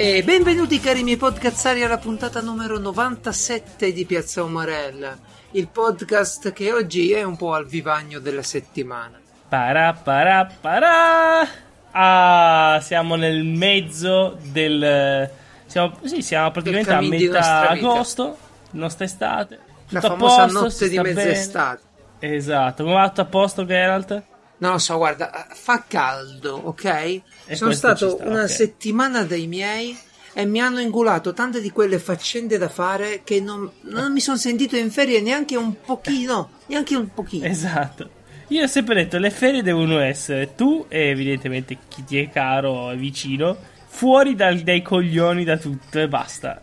E benvenuti cari miei podcazzari alla puntata numero 97 di Piazza Umarella, il podcast che oggi è un po' al vivagno della settimana. Siamo nel mezzo del... Siamo praticamente a metà agosto, nostra estate. La famosa notte di mezz'estate. Esatto, come va tutto a posto Geralt? Non lo so, guarda, fa caldo, ok? Sono stato una settimana dai miei e mi hanno ingulato tante di quelle faccende da fare che non mi sono sentito in ferie neanche un pochino. Esatto. Io ho sempre detto, le ferie devono essere tu e evidentemente chi ti è caro e vicino, fuori dai coglioni da tutto e basta.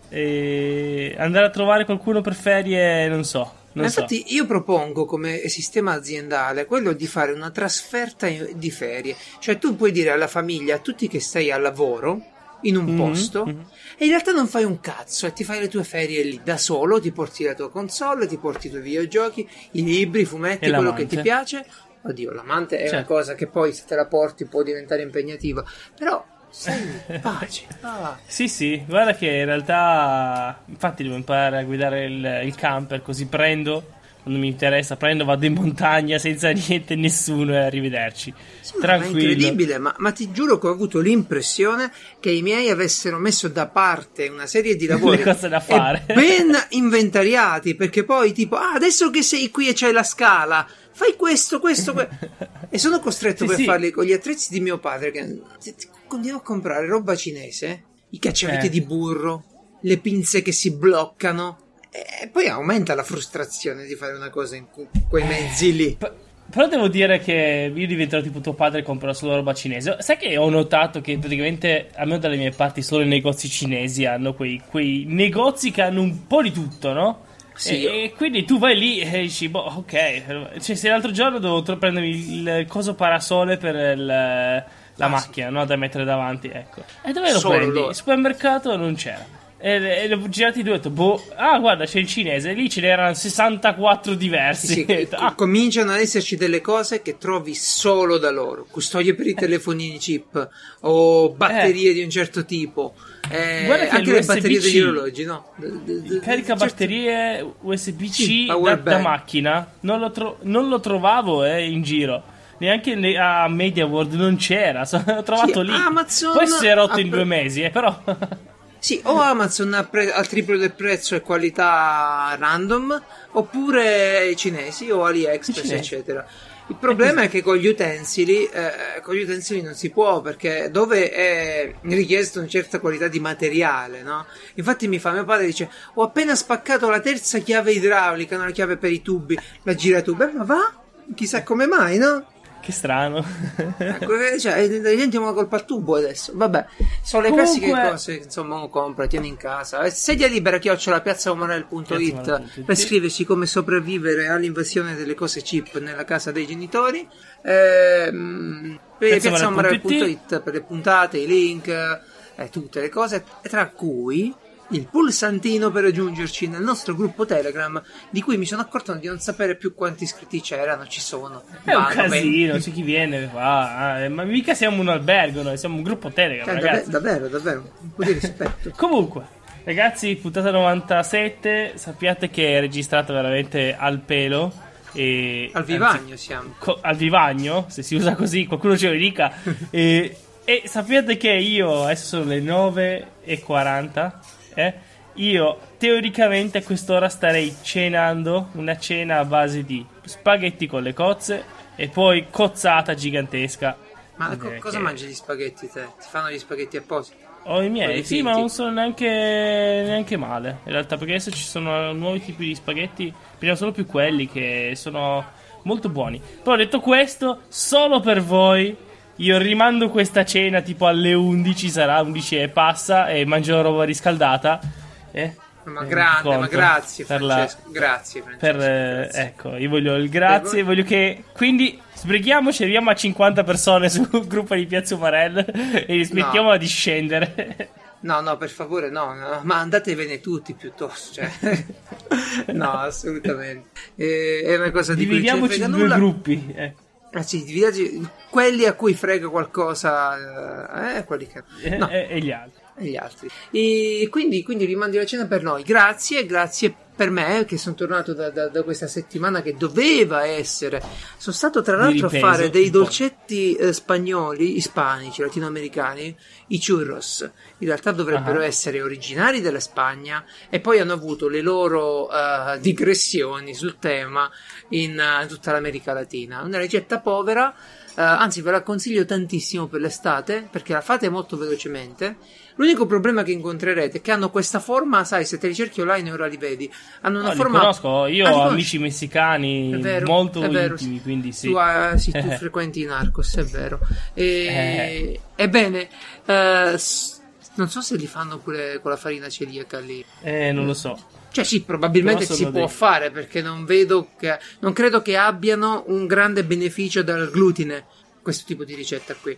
E andare a trovare qualcuno per ferie, non so. Infatti io propongo come sistema aziendale quello di fare una trasferta di ferie, cioè tu puoi dire alla famiglia, a tutti che stai al lavoro in un posto e in realtà non fai un cazzo e ti fai le tue ferie lì da solo, ti porti la tua console, ti porti i tuoi videogiochi, i libri, i fumetti, quello che ti piace. Oddio, l'amante è una cosa che poi se te la porti può diventare impegnativa, però sei in pace. Sì, guarda che in realtà infatti devo imparare a guidare il camper, così quando mi interessa vado in montagna senza niente, nessuno e arrivederci. Sì, tranquillo. Ma è incredibile, ma ti giuro che ho avuto l'impressione che i miei avessero messo da parte una serie di lavori le cose da fare ben inventariati, perché poi tipo adesso che sei qui e c'hai la scala fai questo e sono costretto per farli con gli attrezzi di mio padre che continuo a comprare roba cinese, i cacciaviti di burro, le pinze che si bloccano, e poi aumenta la frustrazione di fare una cosa in quei mezzi lì. Però devo dire che io diventerò tipo tuo padre e comprerò solo roba cinese. Sai che ho notato che praticamente, almeno dalle mie parti, solo i negozi cinesi hanno quei negozi che hanno un po' di tutto, no? Sì. E quindi tu vai lì e dici, ok. Cioè, se l'altro giorno dovevo prendermi il coso parasole per la macchina, no? Da mettere davanti, ecco. E dove lo prendi? Il supermercato non c'era. E l'ho girati due e ho detto, guarda, c'è il cinese. Lì ce n'erano 64 diversi. Sì, cominciano ad esserci delle cose che trovi solo da loro. Custodie per i telefonini chip o batterie di un certo tipo. Anche le batterie degli orologi, no? Carica batterie USB-C da macchina. Non lo trovavo in giro. Neanche a Media World non c'era. Ho trovato lì. Amazon poi si è rotto in 2 mesi, però. Sì, o Amazon al triplo del prezzo e qualità random, oppure cinesi o AliExpress, eccetera. Il problema è che con gli utensili non si può, perché dove è richiesta una certa qualità di materiale, no? Infatti mio padre dice, ho appena spaccato la terza chiave idraulica, no? La chiave per i tubi, la giratube, ma va? Chissà come mai, no? Che strano. Cioè, diventiamo una colpa al tubo adesso. Vabbè, sono le classiche cose che insomma uno compra, tiene in casa. Sedia libera @piazzaumarell.it per scriverci come sopravvivere all'invasione delle cose chip nella casa dei genitori. Piazzaumarell.it per le puntate, i link, tutte le cose, tra cui il pulsantino per raggiungerci nel nostro gruppo Telegram, di cui mi sono accorto di non sapere più quanti iscritti c'erano. Ci sono. È un casino, c'è chi viene ma mica siamo un albergo, noi siamo un gruppo Telegram, ragazzi. Davvero, un po' di rispetto. Comunque, ragazzi, puntata 97, sappiate che è registrata veramente al pelo. Al vivagno siamo. Al vivagno, se si usa così, qualcuno ce lo dica. E sappiate che io, adesso sono le 9:40. Io teoricamente a quest'ora starei cenando una cena a base di spaghetti con le cozze e poi cozzata gigantesca. Ma cosa mangi gli spaghetti te? Ti fanno gli spaghetti apposta? Ho i miei, sì, ma non sono neanche male in realtà, perché adesso ci sono nuovi tipi di spaghetti, prima sono più quelli che sono molto buoni. Però detto questo, solo per voi io rimando questa cena tipo alle 11, sarà 11 e passa, e mangio roba riscaldata. Ma grazie Francesco. Grazie Francesco. Ecco, io voglio il grazie, voglio che quindi sbrighiamoci, arriviamo a 50 persone sul gruppo di Piazza Umarell e smettiamola di scendere. No, per favore, no, ma andatevene tutti piuttosto, cioè. No, assolutamente. È una cosa di cui non frega nulla. Gruppi, sì, dividiamoci quelli a cui frega qualcosa, quelli che... no. e gli altri. e gli altri. E quindi rimandi la cena per noi. Grazie per me che sono tornato da questa settimana che doveva essere. Sono stato tra l'altro a fare dei dolcetti spagnoli, ispanici, latinoamericani, i churros. In realtà dovrebbero essere originari della Spagna e poi hanno avuto le loro digressioni sul tema in tutta l'America Latina. Una ricetta povera. Anzi, ve la consiglio tantissimo per l'estate perché la fate molto velocemente. L'unico problema che incontrerete è che hanno questa forma, sai, se te li cerchi online ora li vedi. Hanno una forma. Li conosco, io ho amici messicani molto intimi, quindi sì. Tu frequenti i narcos, è vero. Ebbene, non so se li fanno pure con la farina celiaca lì. Non lo so. Cioè sì, probabilmente si può fare perché non credo che abbiano un grande beneficio dal glutine questo tipo di ricetta qui.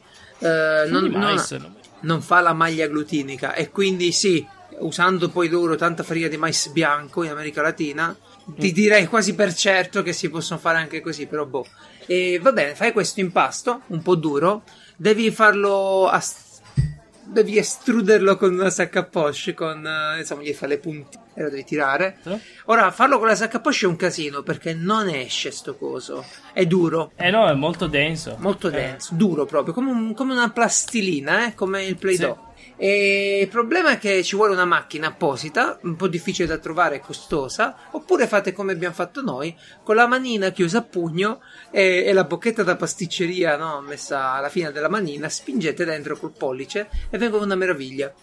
Non fa la maglia glutinica e quindi sì, usando poi loro tanta farina di mais bianco in America Latina, ti direi quasi per certo che si possono fare anche così, però boh. E va bene, fai questo impasto un po' duro, devi estruderlo con una sacca a poche, insomma gli fa le punti e lo devi tirare. Ora farlo con la sacca a poche è un casino perché non esce sto coso, è duro. No, è molto denso, duro proprio, come una plastilina, come il Play-Doh. Sì. E il problema è che ci vuole una macchina apposita, un po' difficile da trovare e costosa, oppure fate come abbiamo fatto noi, con la manina chiusa a pugno e la bocchetta da pasticceria, no, messa alla fine della manina, spingete dentro col pollice e vengono una meraviglia.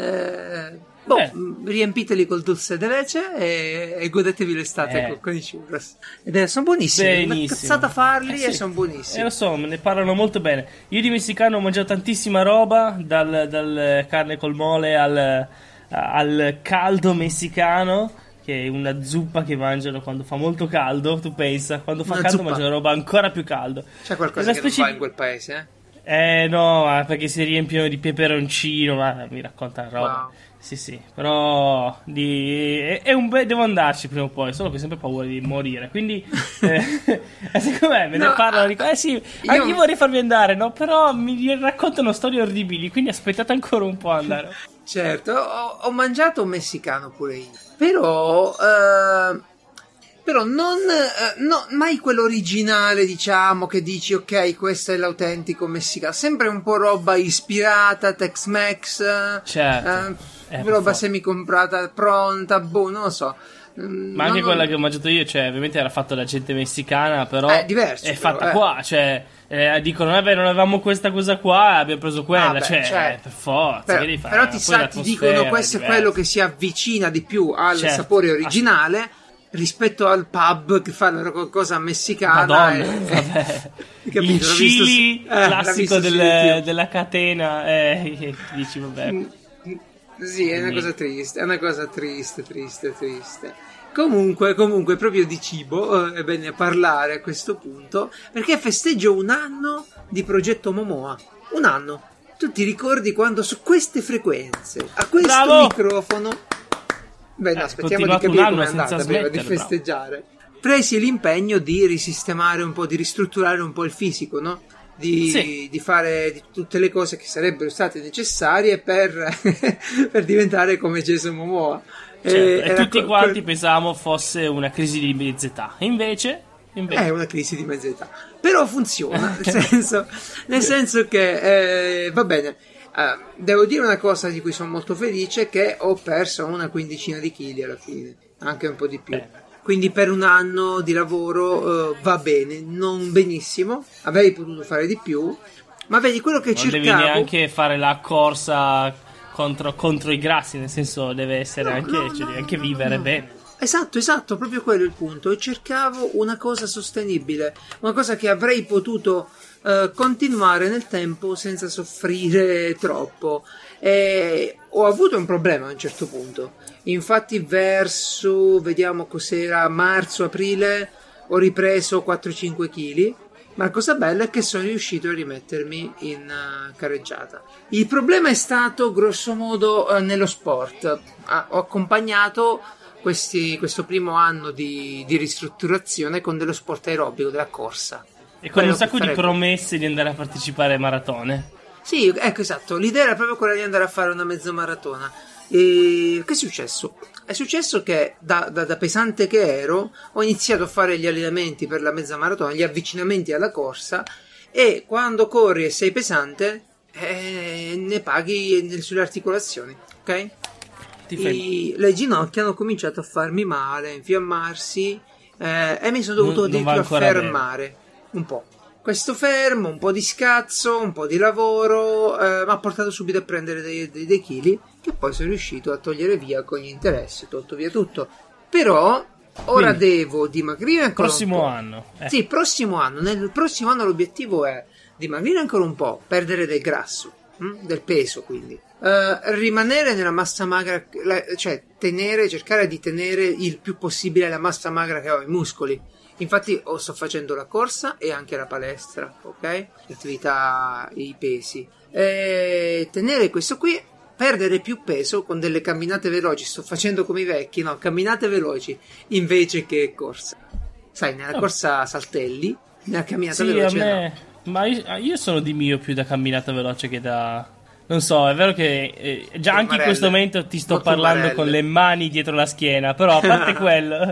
Riempiteli col dulce de leche e godetevi l'estate con i churros. Sono buonissimi, una cazzata farli e sono buonissimi. Lo so, me ne parlano molto bene. Io di messicano ho mangiato tantissima roba, dal carne col mole al caldo messicano, che è una zuppa che mangiano quando fa molto caldo. Tu pensa, quando fa caldo mangiano roba ancora più caldo. C'è qualcosa che non va in quel paese, no, perché si riempiono di peperoncino, ma mi racconta la roba. Wow. Sì, però devo andarci prima o poi, solo che ho sempre paura di morire, quindi secondo me me ne parlano, dico, io vorrei farvi andare, no? Però mi raccontano storie orribili, quindi aspettate ancora un po' ad andare. Certo, ho mangiato un messicano pure io, però non mai quello originale, diciamo, che dici ok, questo è l'autentico messicano, sempre un po' roba ispirata Tex-Mex, certo, roba semi-comprata, pronta, non lo so. Ma anche quella che ho mangiato io, cioè ovviamente era fatta da gente messicana, però è diverso, fatta qua, cioè dicono non avevamo questa cosa qua, abbiamo preso quella, certo. Per forza, però ti dicono questo è quello che si avvicina di più al sapore originale rispetto al pub che fa la cosa messicana. Madonna, vabbè. Il chili classico della catena, dici vabbè. Sì, è una cosa triste, triste. Comunque, proprio di cibo è bene parlare a questo punto, perché festeggio un anno di Progetto Momoa. Un anno. Tu ti ricordi quando su queste frequenze, a questo microfono... aspettiamo di capire come è andata prima di festeggiare. Presi l'impegno di risistemare un po', di ristrutturare un po' il fisico, no? Di fare di tutte le cose che sarebbero state necessarie per diventare come Jason Momoa. E tutti quanti pensavamo fosse una crisi di mezz'età. Invece è una crisi di mezz'età. Però funziona, nel senso che va bene. Devo dire una cosa di cui sono molto felice, che ho perso una quindicina di chili alla fine, anche un po' di più. Quindi per un anno di lavoro va bene, non benissimo, avrei potuto fare di più, ma vedi quello che cercavo... Non devi neanche fare la corsa contro i grassi, nel senso deve essere anche vivere bene. Esatto, proprio quello è il punto. E cercavo una cosa sostenibile, una cosa che avrei potuto continuare nel tempo senza soffrire troppo. E ho avuto un problema a un certo punto. Infatti vediamo cos'era, marzo-aprile, ho ripreso 4-5 kg. Ma la cosa bella è che sono riuscito a rimettermi in carreggiata. Il problema è stato grosso modo nello sport. Ho accompagnato questo primo anno di ristrutturazione con dello sport aerobico, della corsa. E con un sacco di promesse di andare a partecipare a maratone. Sì, ecco, esatto. L'idea era proprio quella di andare a fare una mezza maratona. E che è successo? È successo che da pesante che ero, ho iniziato a fare gli allenamenti per la mezza maratona, gli avvicinamenti alla corsa, e quando corri e sei pesante, ne paghi sulle articolazioni, ok? Le ginocchia hanno cominciato a farmi male, a infiammarsi, e mi sono dovuto addirittura fermare un po'. Questo fermo, un po' di scazzo, un po' di lavoro, mi ha portato subito a prendere dei chili, che poi sono riuscito a togliere via con gli interessi, ho tolto via tutto. Però ora devo dimagrire ancora prossimo un po'. Anno. Sì, prossimo anno. Nel prossimo anno l'obiettivo è dimagrire ancora un po', perdere del grasso, del peso quindi. Rimanere nella massa magra, cioè cercare di tenere il più possibile la massa magra che ho, i muscoli. Infatti sto facendo la corsa e anche la palestra, ok? L'attività, i pesi. Tenere questo qui, perdere più peso con delle camminate veloci. Sto facendo come i vecchi, no? Camminate veloci invece che corsa. Sai, nella corsa saltelli, nella camminata veloce. No. Ma io sono di mio più da camminata veloce che da... Non so, è vero che già anche in questo momento ti sto parlando con le mani dietro la schiena, però a parte quello,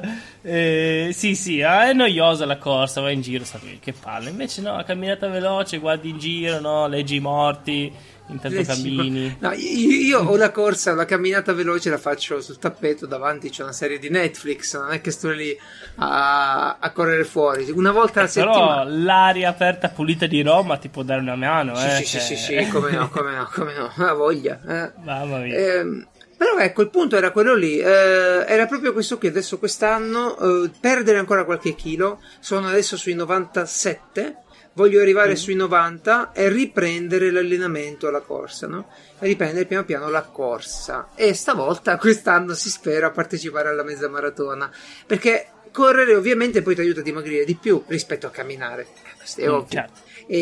sì, è noiosa la corsa, vai in giro, sapevi che palle. Invece no, la camminata veloce, guardi in giro, no, leggi i morti, intanto cammini. No, io ho la corsa, la camminata veloce la faccio sul tappeto, davanti c'è una serie di Netflix, non è che sto lì a correre fuori. Una volta alla settimana. Però l'aria aperta pulita di Roma ti può dare una mano, Sì, come no, la voglia. Mamma mia. Però ecco, il punto era quello lì, era proprio questo qui. Adesso quest'anno perdere ancora qualche chilo, sono adesso sui 97, voglio arrivare sui 90 e riprendere l'allenamento alla corsa, no? E riprendere piano piano la corsa, e stavolta quest'anno si spera partecipare alla mezza maratona, perché correre ovviamente poi ti aiuta a dimagrire di più rispetto a camminare, è ovvio. Certo.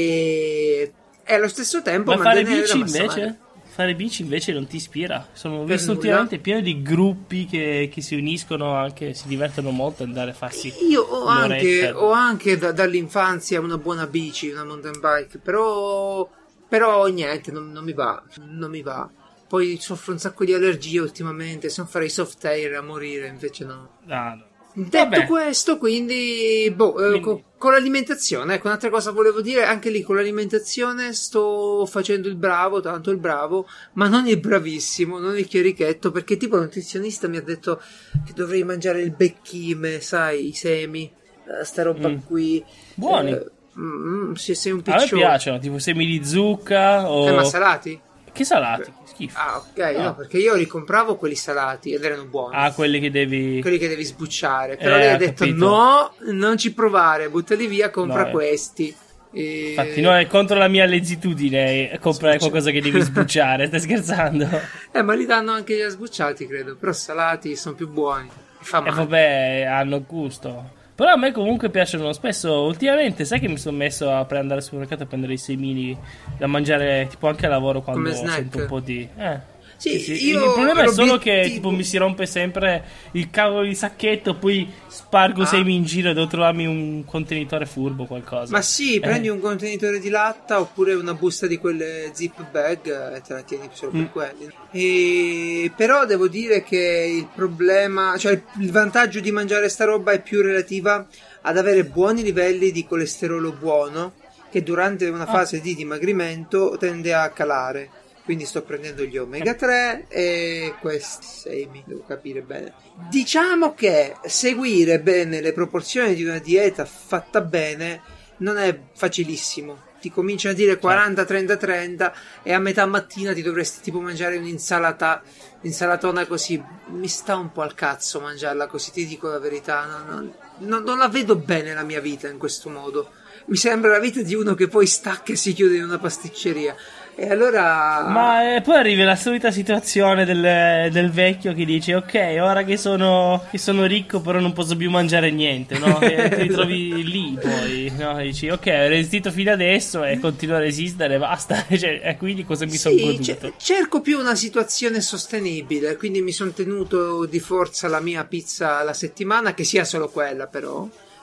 E allo stesso tempo ma fare bici invece? Fare bici invece non ti ispira? Sono visto ultimamente pieno di gruppi che si uniscono, anche si divertono molto ad andare a farsi. Io ho anche dall'infanzia una buona bici, una mountain bike, però niente, non mi va. Poi soffro un sacco di allergie ultimamente, se non farei soft air a morire, invece no. No. Detto questo, quindi con l'alimentazione, ecco, un'altra cosa volevo dire, anche lì con l'alimentazione sto facendo il bravo, tanto il bravo, ma non il bravissimo, non il chierichetto, perché tipo il nutrizionista mi ha detto che dovrei mangiare il becchime, sai, i semi, sta roba qui. Buoni. Se sei un piccione. A me piacciono, tipo semi di zucca o... ma salati? Che salati? Schifo. Ah, ok, no, perché io li compravo quelli salati ed erano buoni. Ah, quelli che devi sbucciare. Però lei ha detto capito. No, non ci provare, buttali via, compra questi. Infatti no, è contro la mia lezzitudine comprare qualcosa che devi sbucciare. Stai scherzando? Ma li danno anche già sbucciati, credo. Però salati sono più buoni. Fa male. Vabbè, hanno gusto. Però a me comunque piacciono spesso. Ultimamente, sai che mi sono messo a andare al supermercato a prendere i semini da mangiare tipo anche a lavoro quando sento un po' di... Sì. Io il problema è solo che tipo mi si rompe sempre il cavolo di sacchetto, poi spargo semi in giro e devo trovarmi un contenitore furbo, qualcosa. Ma sì, prendi un contenitore di latta oppure una busta di quelle zip bag e te la tieni solo per quelli. Però devo dire che il problema, cioè il vantaggio di mangiare sta roba è più relativa ad avere buoni livelli di colesterolo buono, che durante una fase di dimagrimento tende a calare. Quindi sto prendendo gli omega 3 e questi semi, devo capire bene. Diciamo che seguire bene le proporzioni di una dieta fatta bene non è facilissimo. Ti comincia a dire 40, 30, 30 e a metà mattina ti dovresti tipo mangiare un'insalatona così. Mi sta un po' al cazzo mangiarla così, ti dico la verità. Non la vedo bene la mia vita in questo modo. Mi sembra la vita di uno che poi stacca e si chiude in una pasticceria. E allora... Ma poi arriva la solita situazione del vecchio che dice ok, ora che sono ricco però non posso più mangiare niente, no? E ti ritrovi lì poi, no? E dici ok, ho resistito fino adesso e continuo a resistere, basta. Cioè, quindi cosa mi sono goduto? Cerco più una situazione sostenibile, quindi mi sono tenuto di forza la mia pizza alla settimana, che sia solo quella però.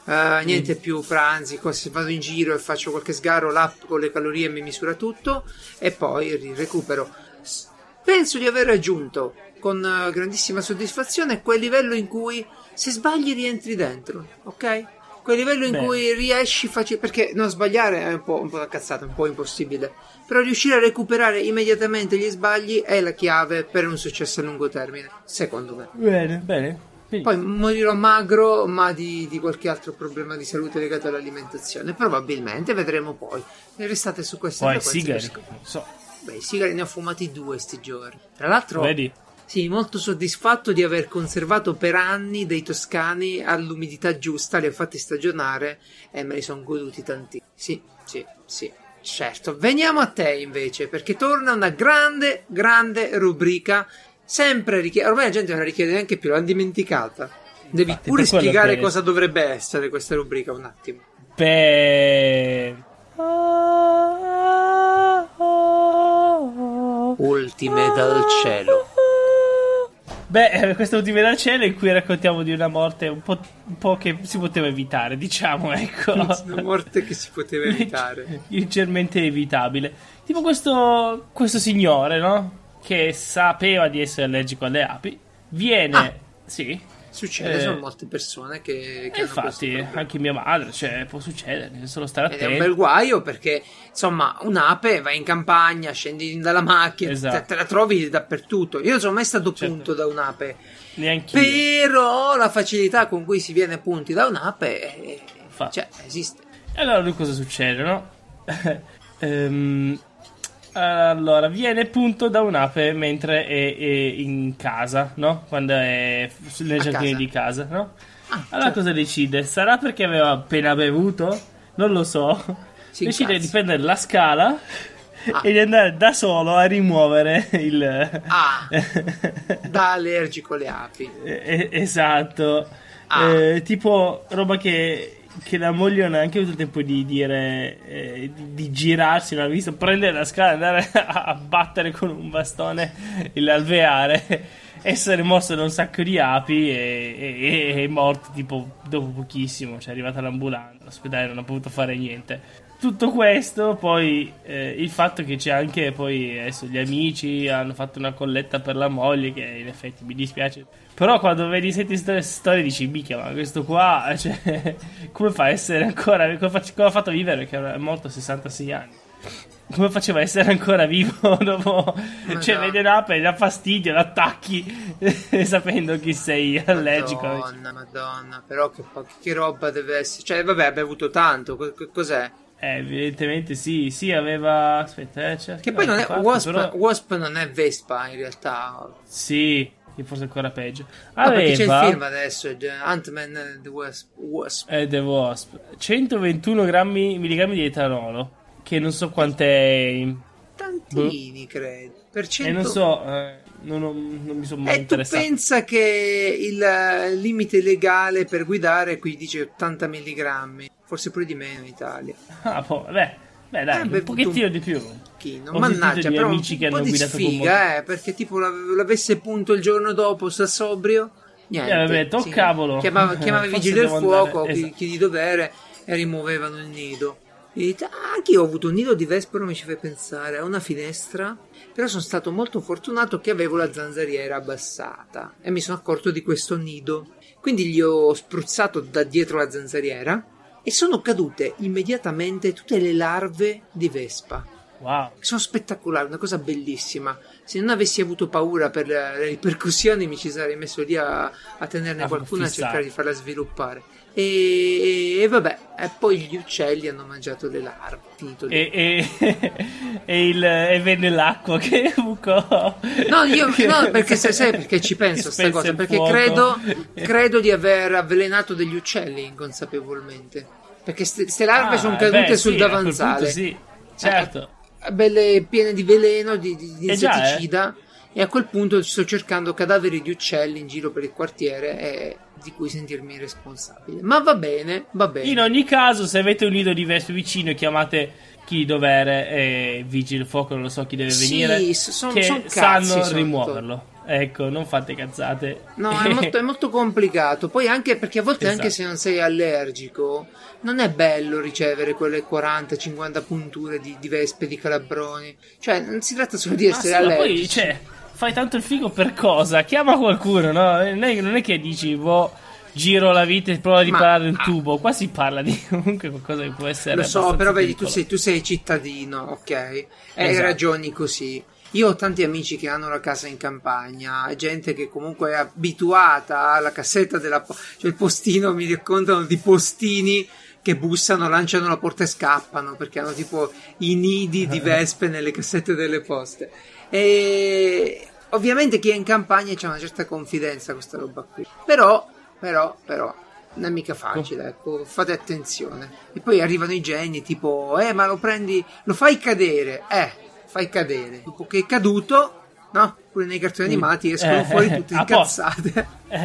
niente più pranzi, se vado in giro e faccio qualche sgarro, l'app con le calorie mi misura tutto e poi recupero. Penso di aver raggiunto con grandissima soddisfazione quel livello in cui se sbagli rientri dentro, ok? Quel livello in cui riesci perché non sbagliare è un po' da cazzata, un po' impossibile, però riuscire a recuperare immediatamente gli sbagli è la chiave per un successo a lungo termine, secondo me. Bene. Poi morirò magro, ma di qualche altro problema di salute legato all'alimentazione. Probabilmente, vedremo poi. Restate su questa frequenza. Poi sigari, non so. Beh, sigari ne ho fumati 2 sti giorni. Tra l'altro, vedi? Sì, molto soddisfatto di aver conservato per anni dei toscani all'umidità giusta, li ho fatti stagionare e me li sono goduti tanti. Sì. Certo, veniamo a te invece, perché torna una grande rubrica. Sempre richiesta, ormai la gente non la richiede neanche più, l'hanno dimenticata. Devi pure spiegare cosa dovrebbe essere questa rubrica un attimo. Ultime dal cielo. Queste ultime dal cielo in cui raccontiamo di una morte un po' che si poteva evitare, diciamo, ecco. Una morte che si poteva evitare. Leggermente evitabile. Tipo questo signore, no? Che sapeva di essere allergico alle api, viene, sì, succede, sono molte persone che hanno infatti anche mia madre, cioè può succedere, solo stare attenti. È un bel guaio perché insomma un'ape, vai in campagna, scendi dalla macchina, esatto. te la trovi dappertutto. Io non sono mai stato punto da un'ape, neanche però la facilità con cui si viene punti da un'ape cioè, esiste. Allora lui cosa succede, no? Allora, viene punto da un'ape mentre è in casa, no? Quando è nel giardino di casa, no? Allora certo. Cosa decide? Sarà perché aveva appena bevuto? Non lo so. Decide di prendere la scala e di andare da solo a rimuovere il... da allergico alle api. Esatto. Tipo roba che la moglie non ha neanche avuto il tempo di dire, di girarsi, non ha visto prendere la scala e andare a battere con un bastone l'alveare, essere morso da un sacco di api e è morto tipo dopo pochissimo, cioè è arrivata l'ambulanza, l'ospedale non ha potuto fare niente. Tutto questo, poi il fatto che c'è anche poi adesso gli amici hanno fatto una colletta per la moglie, che in effetti mi dispiace, però quando senti queste storie dici mica, ma questo qua, cioè, come fa a essere ancora, come ha fatto a vivere, che è morto a 66 anni, come faceva a essere ancora vivo dopo, cioè vede un'ape, dà fastidio, l'attacchi sapendo che sei allergico. Madonna, però che roba deve essere, cioè vabbè, ha bevuto tanto, cos'è? Evidentemente sì, aveva... Aspetta, che poi non è Wasp non è Vespa in realtà. Sì, che forse è ancora peggio. Perché c'è il film adesso, Ant-Man and the Wasp. The Wasp. 121 milligrammi di etanolo, che non so quant'è. Tantini, credo. Per 100... E non so, non mi sono mai interessato. Tu pensa che il limite legale per guidare qui dice 80 milligrammi, forse pure di meno in Italia. Beh dai, un pochettino di più. Mannaggia, però amici che un po' hanno di guidato sfiga, perché tipo l'avesse punto il giorno dopo, sta sobrio, niente. Cavolo. Chiamava i vigili del fuoco, chi di dovere, e rimuovevano il nido. Anche io ho avuto un nido di vespero, mi ci fai pensare, a una finestra, però sono stato molto fortunato che avevo la zanzariera abbassata e mi sono accorto di questo nido, quindi gli ho spruzzato da dietro la zanzariera e sono cadute immediatamente tutte le larve di vespa. Wow. Sono spettacolari, una cosa bellissima. Se non avessi avuto paura per le ripercussioni mi ci sarei messo lì a tenerne qualcuna, a cercare di farla sviluppare. E vabbè, e poi gli uccelli hanno mangiato le larve, finito lì. E venne l'acqua che bucò. No, perché sai perché ci penso a sta cosa? Perché credo di aver avvelenato degli uccelli inconsapevolmente. Perché ste larve sono cadute sul davanzale. Sì, certo. Belle piene di veleno, di insetticida. E a quel punto sto cercando cadaveri di uccelli in giro per il quartiere e di cui sentirmi responsabile. Ma va bene. In ogni caso, se avete un nido di vespe vicino, chiamate chi di dovere e vigili del fuoco, non lo so chi deve venire, che sanno rimuoverlo. Ecco, non fate cazzate. No, è molto complicato. Poi anche perché a volte, anche se non sei allergico, non è bello ricevere quelle 40-50 punture di vespe, di calabroni. Cioè, non si tratta solo di essere allergici. Poi, cioè, fai tanto il figo per cosa? Chiama qualcuno, no? Non è che dici, giro la vita e provo a riparare un tubo. Qua si parla di comunque qualcosa che può essere. Lo so, però vedi, tu sei cittadino, ok? E ragioni così. Io ho tanti amici che hanno la casa in campagna, gente che comunque è abituata alla cassetta cioè il postino, mi raccontano di postini che bussano, lanciano la porta e scappano perché hanno tipo i nidi di vespe nelle cassette delle poste. E ovviamente chi è in campagna c'ha una certa confidenza con questa roba qui. Però non è mica facile, ecco, fate attenzione. E poi arrivano i geni tipo, ma lo prendi, lo fai cadere, fai cadere. Dopo che è caduto, no? Pure nei cartoni animati escono fuori tutte incazzate.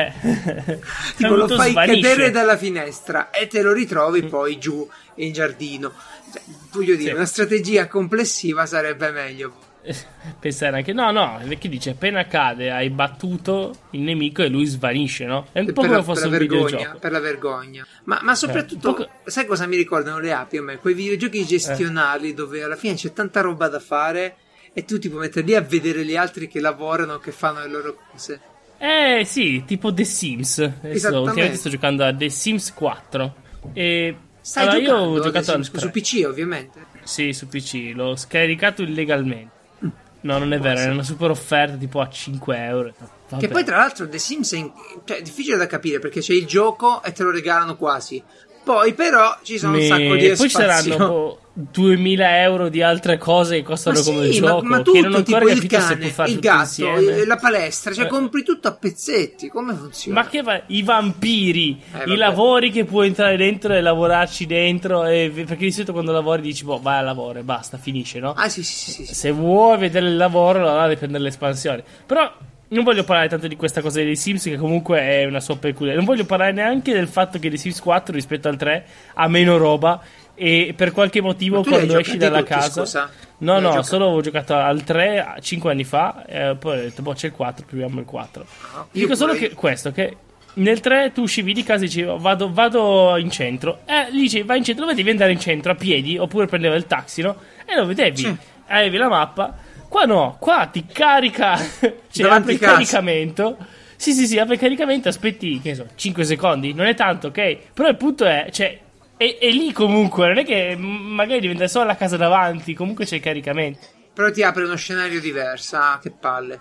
Tipo lo fai cadere dalla finestra e te lo ritrovi poi giù in giardino. Cioè, voglio dire, una strategia complessiva sarebbe meglio. Pensare anche che dice appena cade hai battuto il nemico e lui svanisce, no? È un po' come fosse un videogioco. Per la vergogna. Ma soprattutto sai cosa mi ricordano le api a me? Quei videogiochi gestionali dove alla fine c'è tanta roba da fare e tu ti puoi mettere lì a vedere gli altri che lavorano, che fanno le loro cose. Sì, tipo The Sims. Adesso ultimamente sto giocando a The Sims 4 e giocando io ho giocato su PC, ovviamente. Sì, su PC, l'ho scaricato illegalmente. No, non è vero, è una super offerta tipo a 5 euro. Vabbè. Che poi tra l'altro The Sims è difficile da capire perché c'è il gioco e te lo regalano quasi. Poi però ci sono un sacco di poi saranno 2000 euro di altre cose che costano come il gioco, ma tutto, che non ho ancora tipo capito se puoi fare il tutto gatto, insieme. la palestra, cioè compri tutto a pezzetti. Come funziona? Ma che i vampiri, i lavori che puoi entrare dentro e lavorarci dentro, perché di solito quando lavori dici vai al lavoro e basta, finisce, no? Sì. Se vuoi vedere il lavoro allora devi prendere l'espansione. Però non voglio parlare tanto di questa cosa dei Sims, che comunque è una sua peculiarità. Non voglio parlare neanche del fatto che The Sims 4 rispetto al 3 ha meno roba e per qualche motivo quando esci dalla casa scusa? No, solo ho giocato al 3 5 anni fa e poi ho detto c'è il 4, proviamo il 4. Dico solo che questo, che nel 3 tu uscivi di casa e dicevi vado in centro, lì dicevi vai in centro, dove devi andare in centro a piedi oppure prendeva il taxi, no? E lo vedevi, avevi la mappa. Qua no, qua ti carica, cioè apre il caricamento. Sì, apre il caricamento, aspetti, che ne so, 5 secondi, non è tanto, ok? Però il punto è, cioè, è lì comunque, non è che magari diventa solo la casa davanti, comunque c'è il caricamento. Però ti apre uno scenario diverso, che palle.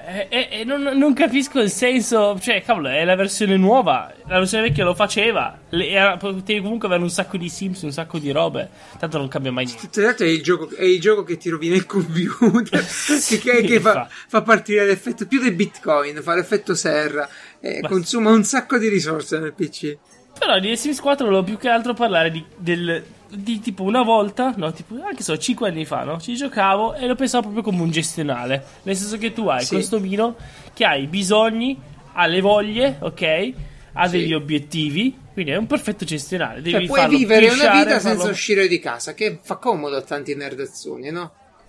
Non capisco il senso, cioè, cavolo, è la versione nuova, la versione vecchia lo faceva, potevi comunque avere un sacco di Sims, un sacco di robe, tanto non cambia mai niente. Tra l'altro è il gioco che ti rovina il computer, che fa partire l'effetto, più del Bitcoin, fa l'effetto serra, consuma un sacco di risorse nel PC. Però di The Sims 4 volevo più che altro parlare di tipo una volta, no, tipo anche 5 anni fa, no? Ci giocavo e lo pensavo proprio come un gestionale, nel senso che tu hai questo omino che ha i bisogni, ha le voglie, ok? Ha degli obiettivi, quindi è un perfetto gestionale. Devi puoi vivere una vita senza uscire di casa, che fa comodo a tanti nerdazzoni, no?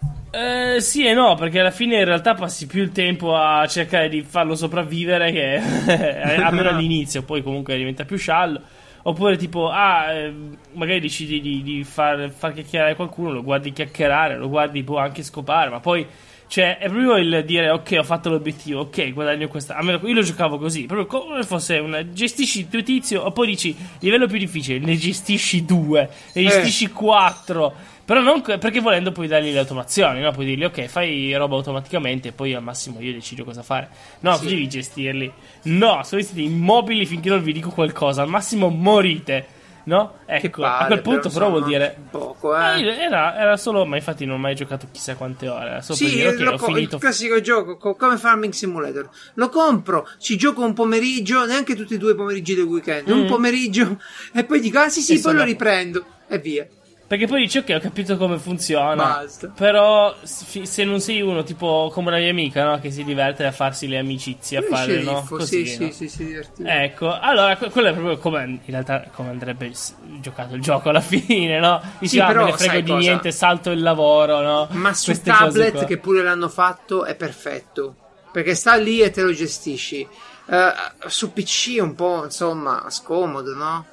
Sì e no, perché alla fine in realtà passi più il tempo a cercare di farlo sopravvivere che almeno all'inizio, poi comunque diventa più sciallo. Oppure tipo, magari decidi di far chiacchierare qualcuno, lo guardi chiacchierare, lo guardi può anche scopare, ma poi, cioè, è proprio il dire, ok, ho fatto l'obiettivo, ok, guadagno questa. Almeno io lo giocavo così, proprio come fosse gestisci il tuo tizio, o poi dici, livello più difficile, ne gestisci 2, ne gestisci 4. Però non perché volendo puoi dargli le automazioni, no? Puoi dirgli ok, fai roba automaticamente e poi al massimo io decido cosa fare. No, così devi gestirli. No, sono siete immobili finché non vi dico qualcosa. Al massimo morite, no? Ecco, a quel punto però vuol dire poco, era solo, ma infatti non ho mai giocato chissà quante ore. Era solo per dire ok, ho finito. Il classico gioco come Farming Simulator. Lo compro, ci gioco un pomeriggio, neanche tutti e 2 pomeriggi del weekend, un pomeriggio e poi dico sì, poi lo riprendo e via. Perché poi dici ok, ho capito come funziona. Basta. Però se non sei uno tipo come una mia amica, no? Che si diverte a farsi le amicizie, a fare, no? Così, no? Sì, divertito. Ecco, allora quello è proprio come in realtà come andrebbe giocato il gioco alla fine, no? Dici però, me ne frego di niente, salto il lavoro, no? Ma su tablet che pure l'hanno fatto è perfetto. perché sta lì e te lo gestisci. Su PC è un po', insomma, scomodo, no?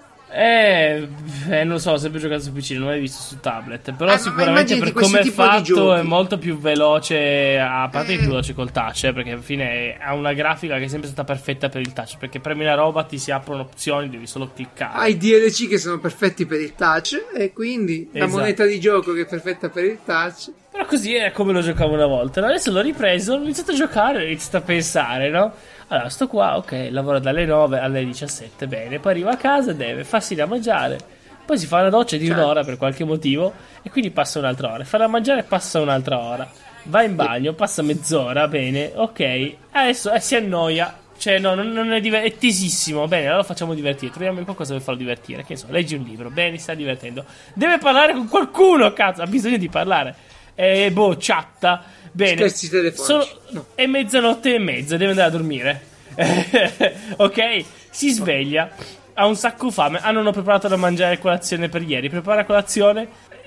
Non so, ho sempre giocato su PC, non l'ho mai visto su tablet. Però Ma sicuramente immaginati per come è questo tipo di fatto è giochi. molto più veloce. A parte che è più veloce col touch, perché alla fine ha una grafica che è sempre stata perfetta per il touch. Perché premi una roba, ti si aprono opzioni, devi solo cliccare. Hai DLC che sono perfetti per il touch, e quindi la Esatto. moneta di gioco che è perfetta per il touch. Però così è come lo giocavo una volta. Adesso l'ho ripreso, ho iniziato a giocare, ho iniziato a pensare, no? Allora, sto qua, ok, lavora dalle 9 alle 17, bene. Poi arriva a casa, deve farsi da mangiare. Poi si fa una doccia di un'ora per qualche motivo, e quindi passa un'altra ora. Fa da mangiare, passa un'altra ora. Va in bagno, passa mezz'ora, bene, ok. Adesso si annoia. Cioè, no, non è tesissimo. Bene, allora lo facciamo divertire. Troviamo qualcosa per farlo divertire. Che ne so, leggi un libro, bene, sta divertendo. Deve parlare con qualcuno, cazzo, ha bisogno di parlare. Chatta. Bene. Scherzi telefonici. No. È mezzanotte e mezza, deve andare a dormire. Ok? Si sveglia. Ha un sacco fame. Non ho preparato da mangiare colazione per ieri. Prepara colazione.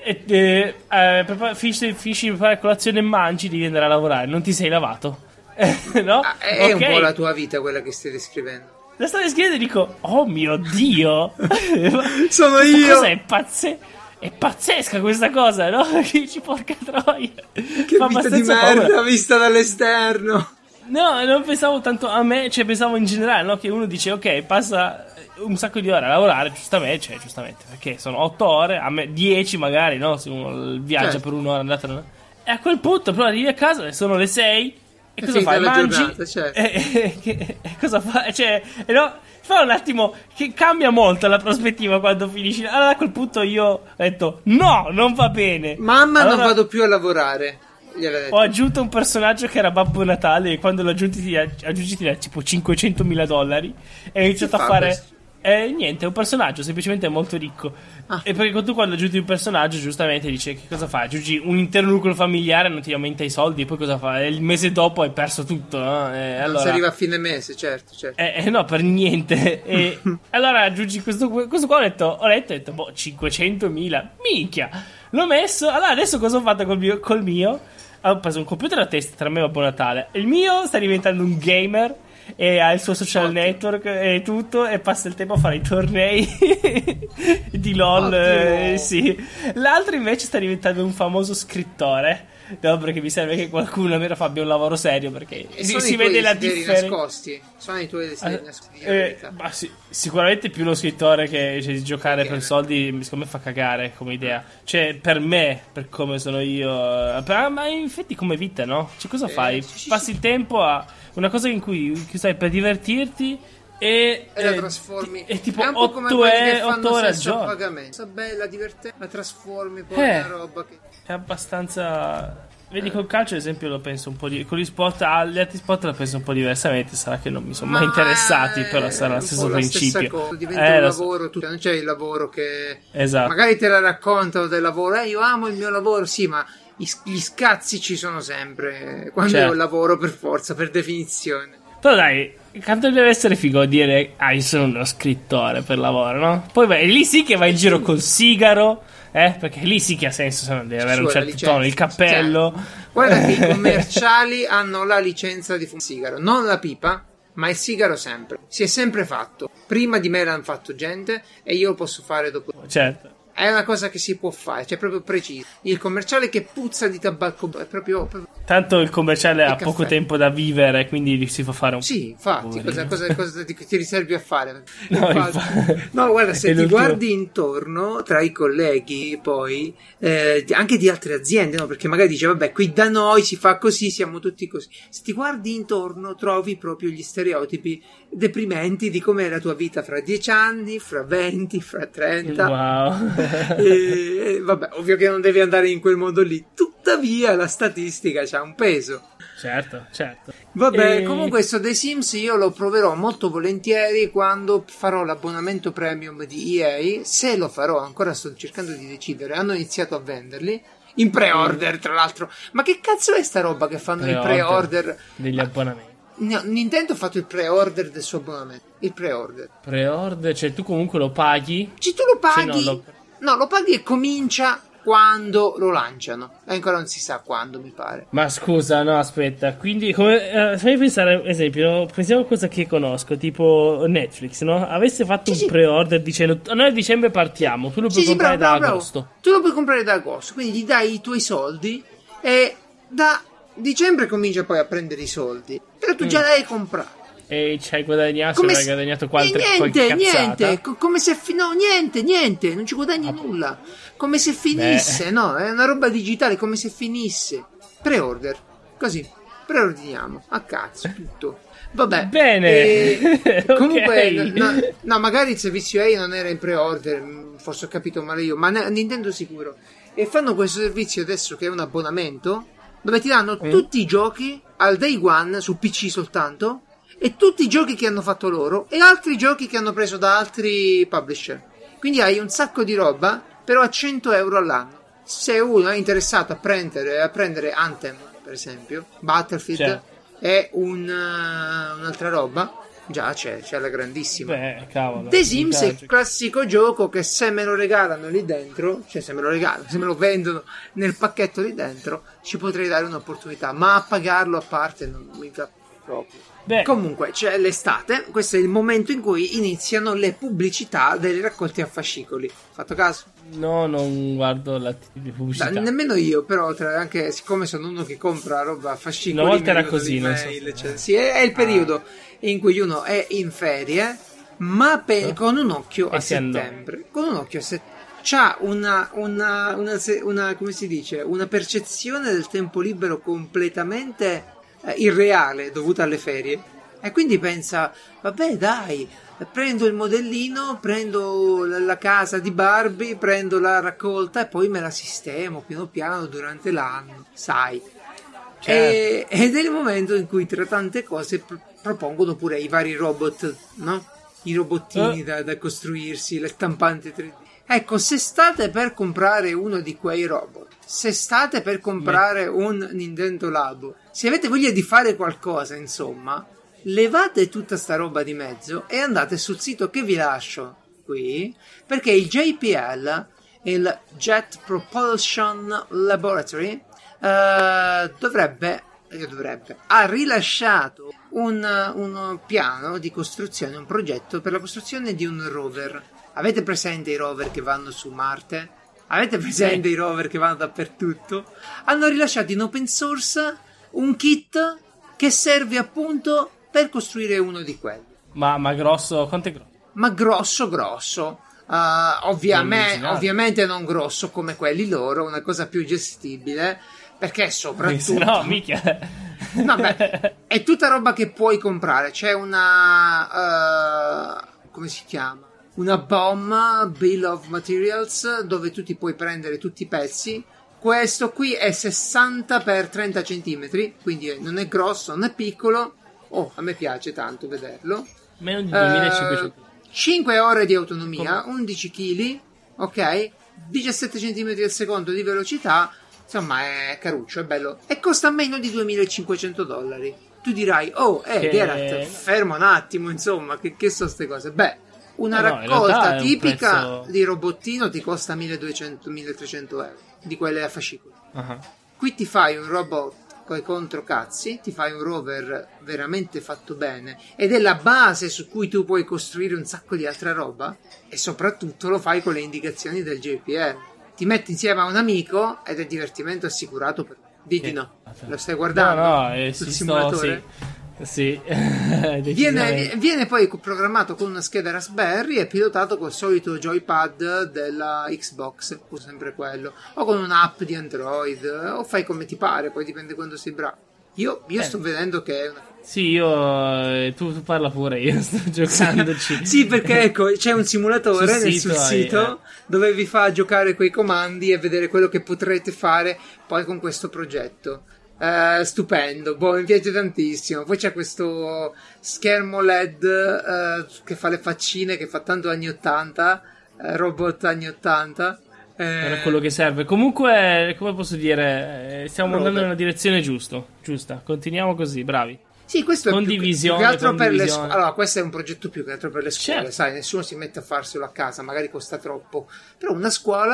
Finisci di preparare colazione e mangi. Devi andare a lavorare. Non ti sei lavato. No? È Ok. un po' la tua vita quella che stai descrivendo. La sto descrivendo e dico: oh mio Dio. Sono Questa io. cosa è pazzesca questa cosa, no? Dici, porca troia. Che Fa vita di abbastanza merda paura. vista dall'esterno. No, non pensavo tanto a me, cioè pensavo in generale, no? Che uno dice, ok, passa un sacco di ore a lavorare, giustamente, perché sono 8 ore, a me 10 magari, no? Se uno viaggia Certo. per un'ora andata. E a quel punto però arrivi a casa, sono le 6, e cosa finita fai? la Mangi? giornata, certo. E cosa fai? Cioè, no? Fa un attimo che cambia molto la prospettiva quando finisci. Allora a quel punto io ho detto, no, non va bene. Mamma, Allora, non vado più a lavorare. Gliel'ha detto. ho aggiunto un personaggio che era Babbo Natale, e quando l'ho aggiunto ti dà tipo $500.000, e ho iniziato Che a fa fare questo? niente, è un personaggio, semplicemente è molto ricco. E perché tu quando aggiungi un personaggio, giustamente dice, che cosa fai? Aggiungi un intero nucleo familiare, non ti aumenta i soldi, e poi cosa fai? Il mese dopo hai perso tutto, no? Non Allora, si arriva a fine mese, certo. no, per niente. E allora aggiungi questo qua, ho letto, e ho detto, boh, 500.000, minchia. L'ho messo. Allora adesso cosa ho fatto col mio? Ho preso un computer a testa tra me e Babbo Natale. Il mio sta diventando un gamer e ha il suo social network e tutto, e passa il tempo a fare i tornei di LOL. Sì. L'altro invece sta diventando un famoso scrittore. No, perché mi serve che qualcuno almeno abbia un lavoro serio, perché si vede la differenza. Nascosti. Sono i tuoi desideri nascosti. Ma sicuramente più lo scrittore, che di giocare Ok, per soldi, secondo me fa cagare come idea. Cioè, per me, per come sono io, ma infatti come vita, no? Cioè, cosa fai? sì, Passi il tempo a una cosa in cui stai per divertirti e la trasformi. è tipo è un po' come 8 quelli che fanno ore al sesso a giorno. pagamento. Sta bella, divertente, la trasformi poi Eh. una roba che... È abbastanza. Vedi, col calcio ad esempio lo penso un po' con gli sport, gli altri sport la penso un po' diversamente. Sarà che non mi sono mai interessati, però sarà lo stesso principio. Diventa un Lo so. lavoro, non c'è il lavoro che Esatto. magari te la raccontano del lavoro. Io amo il mio lavoro, sì, ma gli scazzi ci sono sempre quando Certo. è un lavoro, per forza, per definizione. Però dai, quanto deve essere figo dire io sono uno scrittore per lavoro, no? Poi vai, lì sì che vai in giro col sigaro, perché lì sì che ha senso, se no devi avere un certo tono, il cappello. Guarda che i commerciali hanno la licenza di fumare sigaro, non la pipa, ma il sigaro sempre. Si è sempre fatto. Prima di me l'hanno fatto gente e io lo posso fare dopo. Certo. È una cosa che si può fare, cioè proprio preciso. Il commerciale che puzza di tabacco è proprio... Tanto il commerciale ha caffè. poco tempo da vivere, quindi si fa fare un Sì, infatti, cosa ti riservi a fare? No, No, guarda, se È ti l'ultimo. guardi intorno tra i colleghi, poi anche di altre aziende, no? Perché magari dice, vabbè, qui da noi si fa così, siamo tutti così. Se ti guardi intorno, trovi proprio gli stereotipi deprimenti di com'è la tua vita fra 10 anni, fra 20, fra 30. Wow. Vabbè, ovvio che non devi andare in quel modo lì. Tuttavia, la statistica c'ha un peso. Certo. Vabbè, comunque questo The Sims io lo proverò molto volentieri quando farò l'abbonamento premium di EA. Se lo farò, ancora sto cercando di decidere. Hanno iniziato a venderli in pre-order, tra l'altro. Ma che cazzo è sta roba che fanno i pre-order degli abbonamenti? No, Nintendo ha fatto il pre-order del suo abbonamento. Il pre-order, Cioè tu comunque lo paghi? cioè tu lo paghi. Cioè, No, lo paghi e comincia quando lo lanciano. E ancora non si sa quando, mi pare. Ma scusa, no, aspetta. Quindi, come fammi pensare, ad esempio, pensiamo a cosa che conosco, tipo Netflix, no? Avesse fatto un pre-order dicendo noi a dicembre partiamo, tu lo puoi comprare da agosto. Tu lo puoi comprare da agosto, quindi gli dai i tuoi soldi e da dicembre comincia poi a prendere i soldi. Però tu già l'hai comprato. E ci hai guadagnato, hai guadagnato qualche cazzata. Niente, come se niente, non ci guadagni nulla. Come se finisse, no? È una roba digitale, come se finisse. Pre-order, così, preordiniamo, a cazzo, tutto. Vabbè. Bene. Comunque, no, magari il servizio EA non era in pre-order, forse ho capito male io, ma Nintendo sicuro. E fanno questo servizio adesso che è un abbonamento, dove ti danno tutti i giochi al day one su PC soltanto, e tutti i giochi che hanno fatto loro e altri giochi che hanno preso da altri publisher. Quindi hai un sacco di roba, però a 100 euro all'anno. Se uno è interessato a prendere Anthem, per esempio, Battlefield e un'altra roba, già c'è alla grandissima. Beh, cavolo. The Sims è il classico gioco che se me lo regalano lì dentro, cioè se me lo vendono nel pacchetto lì dentro, ci potrei dare un'opportunità, ma a pagarlo a parte non mi fa proprio. Beh. Comunque c'è l'estate, questo è il momento in cui iniziano le pubblicità delle raccolte a fascicoli. Fatto caso? No, non guardo la pubblicità. Nemmeno io, però anche siccome sono uno che compra roba a fascicoli. Una volta era così, non so. Sì, è il periodo in cui uno è in ferie, ma con un occhio a settembre. Con un occhio a settembre. C'ha una come si dice, una percezione del tempo libero completamente irreale dovuta alle ferie, e quindi pensa, vabbè dai, prendo il modellino, prendo la casa di Barbie, prendo la raccolta e poi me la sistemo piano piano durante l'anno, sai. Ed è il momento in cui tra tante cose propongono pure i vari robot, no? I robottini da costruirsi, le stampanti 3D. Ecco, se state per comprare uno di quei robot, se state per comprare un Nintendo Labo, se avete voglia di fare qualcosa, insomma, levate tutta sta roba di mezzo e andate sul sito che vi lascio qui, perché il JPL, il Jet Propulsion Laboratory, ha rilasciato un piano di costruzione, un progetto per la costruzione di un rover. Avete presente i rover che vanno su Marte? Avete presente i rover che vanno dappertutto? Hanno rilasciato in open source un kit che serve appunto per costruire uno di quelli. Ma grosso, quanto è grosso? Ma grosso. Ovviamente non grosso come quelli loro, una cosa più gestibile, perché soprattutto... No, mica... Vabbè, è tutta roba che puoi comprare. C'è una... come si chiama? Una BOM, Bill of Materials, dove tu ti puoi prendere tutti i pezzi. Questo qui è 60 x 30 cm, quindi non è grosso, non è piccolo. Oh, a me piace tanto vederlo. Meno di 2500. 5 ore di autonomia, 11 kg, ok? 17 cm al secondo di velocità. Insomma, è caruccio, è bello. E costa meno di $2.500. Tu dirai, Geralt, fermo un attimo, insomma, che sono ste cose? Beh, una raccolta tipica di robottino ti costa 1.200-1.300 euro, di quelle a fascicolo. Qui ti fai un robot coi controcazzi, ti fai un rover veramente fatto bene, ed è la base su cui tu puoi costruire un sacco di altra roba, e soprattutto lo fai con le indicazioni del JPL. Ti metti insieme a un amico ed è divertimento assicurato. Diti no, lo stai guardando sul simulatore? Sì. Viene poi programmato con una scheda Raspberry e pilotato col solito joypad della Xbox, o sempre quello, o con un'app di Android, o fai come ti pare, poi dipende quando sei bravo. Io sto vedendo che è una... Sì, tu parla pure, io sto giocandoci. Sì, perché ecco, c'è un simulatore sul sito dove vi fa giocare quei comandi e vedere quello che potrete fare poi con questo progetto. Stupendo, mi piace tantissimo. Poi c'è questo schermo LED che fa le faccine, che fa tanto anni 80, robot anni 80. Era quello che serve. Comunque, come posso dire, stiamo andando nella direzione giusta. Continuiamo così, bravi. Sì, questo condivisione, è più che altro per le scuole. Allora, questo è un progetto più che altro per le scuole, certo. Sai, nessuno si mette a farselo a casa, magari costa troppo. Però una scuola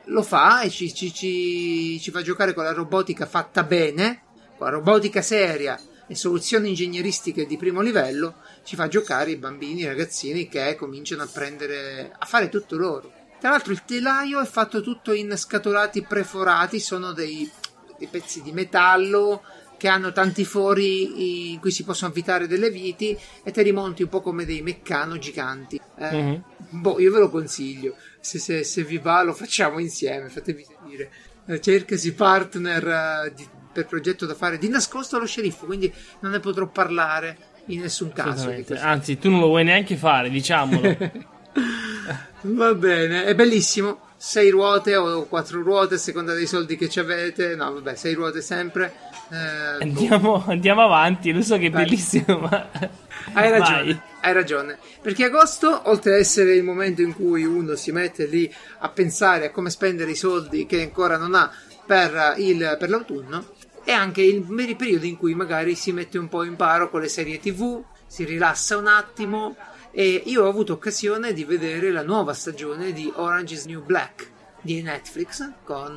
lo fa e ci fa giocare con la robotica fatta bene, con la robotica seria e soluzioni ingegneristiche di primo livello. Ci fa giocare i bambini, i ragazzini che cominciano a fare tutto loro. Tra l'altro il telaio è fatto tutto in scatolati preforati, sono dei pezzi di metallo che hanno tanti fori in cui si possono avvitare delle viti e te li monti un po' come dei meccano giganti. Io ve lo consiglio, se vi va lo facciamo insieme, fatevi sentire. Cercasi partner per progetto da fare di nascosto allo sceriffo, quindi non ne potrò parlare in nessun caso. Anzi, tu non lo vuoi neanche fare, diciamolo. Va bene, è bellissimo. 6 ruote o 4 ruote a seconda dei soldi che ci avete. No, vabbè, 6 ruote sempre. Andiamo avanti, lo so che è bellissimo, ma hai ragione. Perché agosto, oltre ad essere il momento in cui uno si mette lì a pensare a come spendere i soldi che ancora non ha per l'autunno, è anche il periodo in cui magari si mette un po' in paro con le serie TV, si rilassa un attimo. E io ho avuto occasione di vedere la nuova stagione di Orange is New Black di Netflix con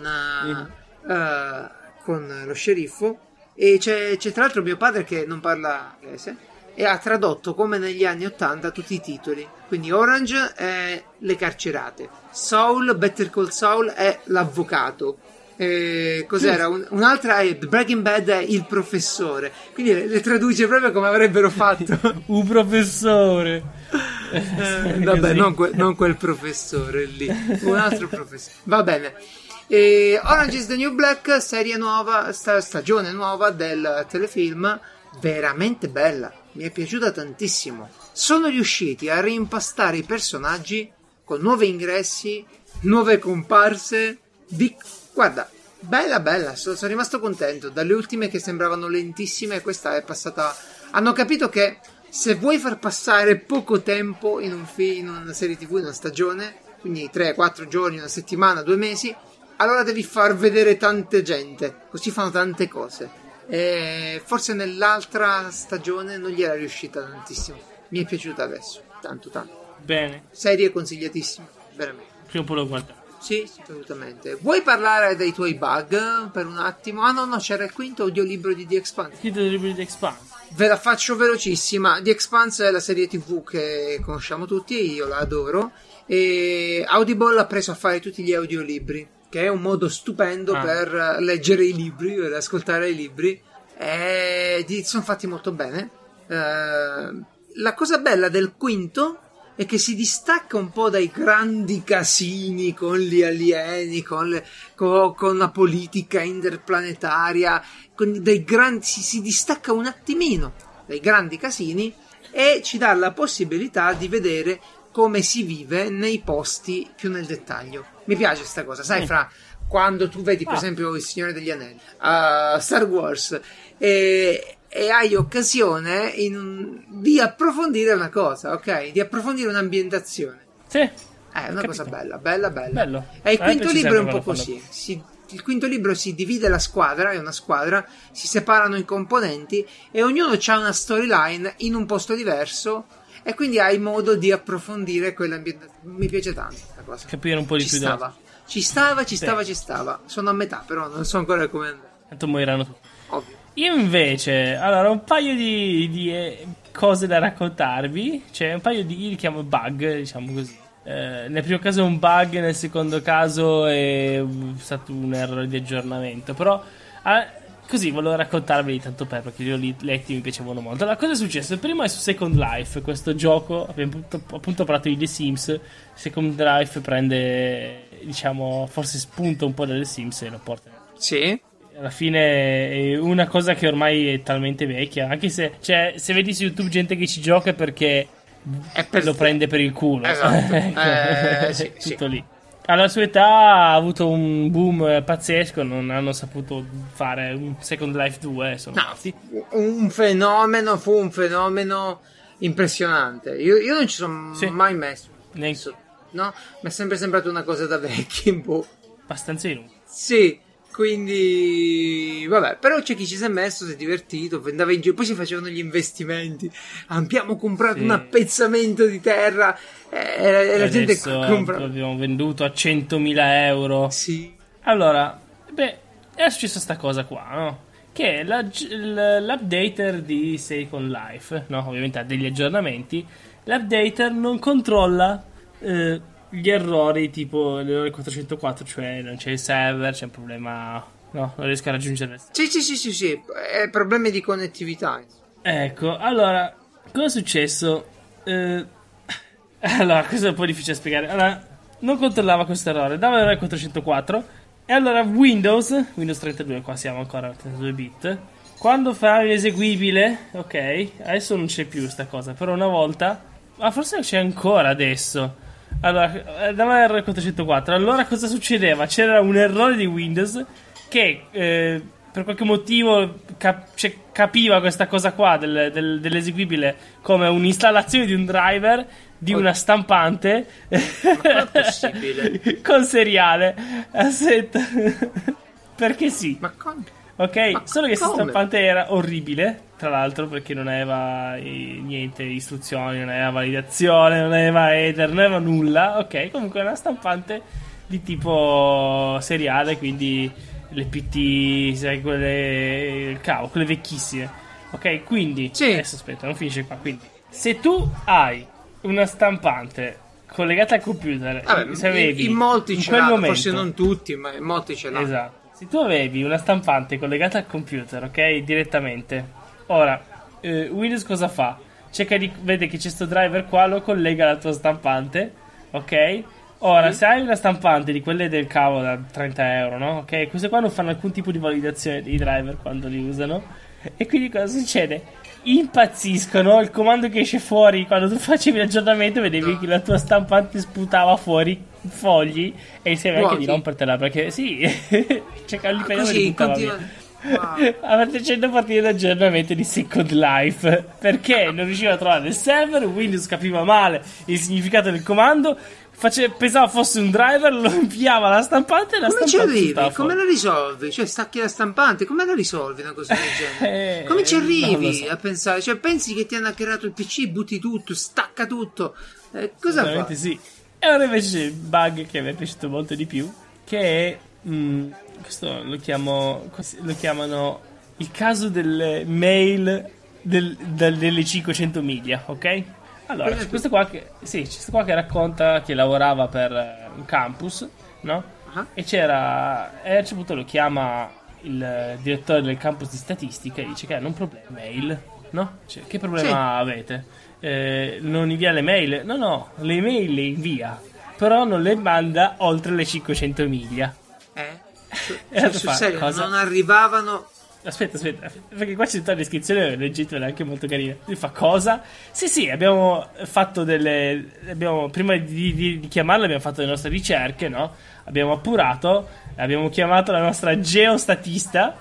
lo sceriffo, e c'è tra l'altro mio padre che non parla inglese e ha tradotto come negli anni 80 tutti i titoli, quindi Orange è le carcerate, Better Call Saul è l'avvocato, cos'era? Un'altra è Breaking Bad è il professore, quindi le traduce proprio come avrebbero fatto un professore. Vabbè, non quel professore lì, un altro professore. Va bene. Orange is the New Black, serie nuova, stagione nuova del telefilm, veramente bella, mi è piaciuta tantissimo. Sono riusciti a reimpastare i personaggi con nuovi ingressi, nuove comparse. Guarda, bella, sono rimasto contento. Dalle ultime che sembravano lentissime, questa è passata. Hanno capito che se vuoi far passare poco tempo in una serie TV, in una stagione, quindi 3-4 giorni, una settimana, 2 mesi, allora devi far vedere tante gente, così fanno tante cose. E forse nell'altra stagione non gli era riuscita tantissimo. Mi è piaciuta adesso, tanto. Bene. Serie consigliatissima, veramente. Prima o poi lo guardo. Sì, assolutamente. Vuoi parlare dei tuoi bug per un attimo? Ah no, c'era il quinto audiolibro di The Expanse. Il audiolibro di The Expanse. Ve la faccio velocissima. The Expanse è la serie TV che conosciamo tutti, io la adoro. E Audible ha preso a fare tutti gli audiolibri, che è un modo stupendo per leggere i libri, per ascoltare i libri. E sono fatti molto bene. La cosa bella del quinto è che si distacca un po' dai grandi casini con gli alieni, con la politica interplanetaria, si distacca un attimino dai grandi casini e ci dà la possibilità di vedere come si vive nei posti più nel dettaglio. Mi piace sta cosa, sai, fra quando tu vedi per esempio Il Signore degli Anelli, Star Wars, e hai occasione di approfondire una cosa, ok? Di approfondire un'ambientazione. Sì. È una cosa bella. Bello. E il quinto libro è un po' così. Il quinto libro si divide la squadra, è una squadra, si separano i componenti e ognuno ha una storyline in un posto diverso e quindi hai modo di approfondire quell'ambientazione. Mi piace tanto questa cosa. Capire un po' di più. Ci stava. Sono a metà, però non so ancora come andare. Tanto moriranno tutti. Ovvio. Io invece, allora, un paio di cose da raccontarvi. Cioè, un paio io li chiamo bug, diciamo così. Nel primo caso è un bug, nel secondo caso è stato un errore di aggiornamento. Però, così volevo raccontarveli tanto perché li ho letti e mi piacevano molto. Allora, cosa è successo? Il primo è su Second Life, questo gioco, abbiamo appunto parlato di The Sims. Second Life prende, diciamo, forse spunta un po' dalle Sims e lo porta. Sì. Alla fine è una cosa che ormai è talmente vecchia, anche se, cioè, se vedi su YouTube gente che ci gioca è perché lo prende per il culo. Esatto. Sì, tutto lì. Alla sua età ha avuto un boom pazzesco, non hanno saputo fare un Second Life 2. Fu un fenomeno impressionante. Io non ci sono mai messo. No? Mi è sempre sembrato una cosa da vecchi, abbastanza inutile. Sì. Quindi, vabbè, però c'è chi ci si è messo, si è divertito, andava in giro, poi si facevano gli investimenti. Abbiamo comprato un appezzamento di terra e la gente compra. L'abbiamo venduto a 100.000 euro. Sì. Allora, è successa sta cosa qua, no? Che l'updater di Second Life, no? Ovviamente ha degli aggiornamenti. L'updater non controlla gli errori tipo l'errore 404, cioè non c'è il server, c'è un problema, no? Non riesco a raggiungere. Sì, problemi di connettività. Ecco, allora, cosa è successo? Allora, questo è un po' difficile da spiegare. Allora, non controllava questo errore, dava l'errore 404 e allora Windows 32, qua siamo ancora a 32 bit, quando fa l'eseguibile, ok, adesso non c'è più sta cosa, però una volta, ma forse c'è ancora adesso. Allora, dava l'errore 404. Allora cosa succedeva? C'era un errore di Windows che per qualche motivo capiva questa cosa qua dell'eseguibile come un'installazione di un driver di una stampante. Ma com'è possibile? Con seriale. Aspetta. Perché sì. Ok, solo che questa stampante era orribile, tra l'altro, perché non aveva niente, istruzioni, non aveva validazione, non aveva header, non aveva nulla. Ok, comunque era una stampante di tipo seriale, quindi le PT, sai, quelle vecchissime. Ok, quindi adesso aspetta, non finisce qua. Quindi, se tu hai una stampante collegata al computer, se avevi in molti ce l'hanno, momento, forse non tutti, ma in molti ce l'hanno. Esatto. Se tu avevi una stampante collegata al computer, ok, direttamente, ora Windows cosa fa? Vede che c'è sto driver qua, lo collega alla tua stampante, ok? Ora, se hai una stampante di quelle del cavo da 30 euro, no? Ok, queste qua non fanno alcun tipo di validazione dei driver quando li usano. E quindi cosa succede? Impazziscono. Il comando che esce fuori quando tu facevi l'aggiornamento, vedevi che la tua stampante sputava fuori fogli e insieme anche di rompertela, perché sì, cercava di prendere e buttava via. Avete facendo partire l'aggiornamento di Second Life perché non riusciva a trovare il server. Windows capiva male il significato del comando, pensava fosse un driver, lo inviava alla stampante e la come stampante ci arrivi? Come la risolvi? Cioè stacchi la stampante, come la risolvi una cosa del genere? Come ci arrivi a pensare? Cioè pensi che ti hanno hackerato il PC, butti tutto, stacca tutto, cosa fa? Sì. E ora invece il bug che mi è piaciuto molto di più, che è questo lo chiamano il caso delle mail delle 500 miglia, ok? Allora, c'è questo qua che racconta che lavorava per un campus, no? E ha ricevuto, lo chiama il direttore del campus di statistica e dice che hanno un problema mail, no? Cioè, che problema avete? Non invia le mail? No, le mail le invia, però non le manda oltre le 500 miglia. Cioè, sul serio, cosa? Non arrivavano. Aspetta, perché qua c'è tutta la descrizione, leggetela, è anche molto carina. Lui fa cosa? Sì, abbiamo fatto prima di chiamarlo abbiamo fatto le nostre ricerche, no? Abbiamo appurato, abbiamo chiamato la nostra geostatista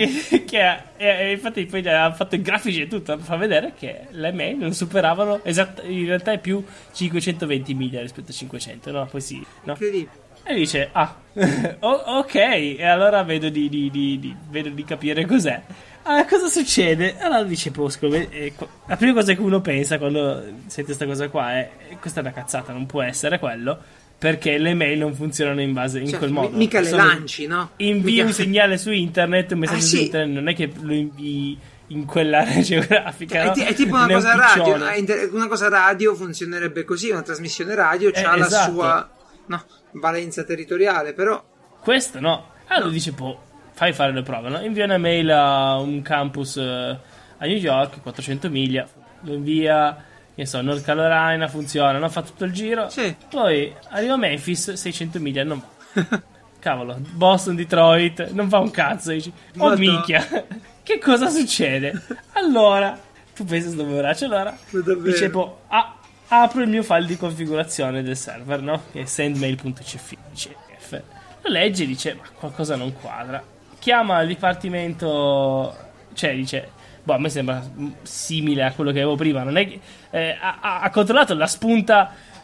che infatti poi ha fatto i grafici e tutto per far vedere che le mail non superavano in realtà è più 520 miglia rispetto a 500, no? Poi sì, no? Incredibile. E dice, ok, e allora vedo di capire cos'è. Allora, cosa succede? Allora dice, la prima cosa che uno pensa quando sente questa cosa qua è questa è una cazzata, non può essere quello, perché le mail non funzionano in quel modo. Mica le lanci, no? Invii un segnale su internet, un messaggio su internet, non è che lo invii in quell'area geografica, no? È tipo una cosa radio. Una cosa radio funzionerebbe così, una trasmissione radio c'ha la sua valenza territoriale, però questo no. Allora dice, fai fare le prove, no? Invia una mail a un campus a New York, 400 miglia, lo invia, che so, North Carolina, funziona, no? Fa tutto il giro, poi arriva a Memphis, 600 miglia, non va. Cavolo, Boston, Detroit, non fa un cazzo, dici, minchia, che cosa succede? Allora tu pensi sto poveraccio, allora dice, apro il mio file di configurazione del server, no? Che è sendmail.cf. Lo legge e dice, ma qualcosa non quadra. Chiama il dipartimento, cioè dice, a me sembra simile a quello che avevo prima. Non è che ha controllato la spunta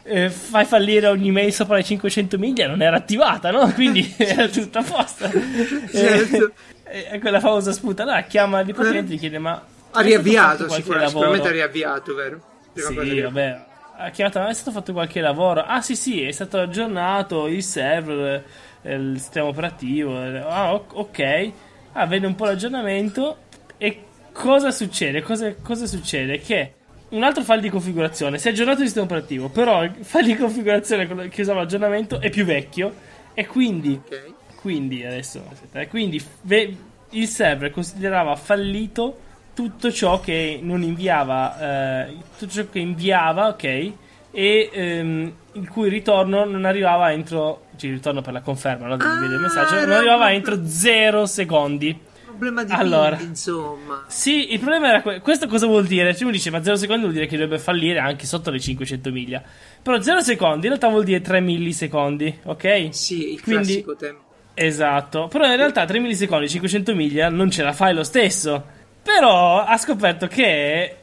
fai fallire ogni mail sopra le 500 miglia, non era attivata, no? Quindi era tutto a posto. Certo. Quella famosa sputa, allora chiama il dipendente e gli chiede: ma ha riavviato, sicuramente ha riavviato, vero? Sì, vabbè, ha chiamato: ma è stato fatto qualche lavoro? Ah sì, è stato aggiornato il server, il sistema operativo. Ah, ok. Vede un po' l'aggiornamento. E cosa succede? Cosa succede? Che un altro file di configurazione si è aggiornato il sistema operativo, però il file di configurazione che usava l'aggiornamento è più vecchio, e quindi adesso il server considerava fallito tutto ciò che non inviava, tutto ciò che inviava, ok, e il cui ritorno non arrivava entro, cioè il ritorno per la conferma, no, del messaggio, non arrivava entro 0 secondi. Problema di ping, insomma. Sì, il problema era questo. Cosa vuol dire? Cioè, uno dice: ma 0 secondi vuol dire che dovrebbe fallire anche sotto le 500 miglia. Però 0 secondi in realtà vuol dire 3 millisecondi, ok? Sì, il classico tempo. Esatto. Però in realtà 3 millisecondi, 500 miglia non ce la fai lo stesso. Però ha scoperto che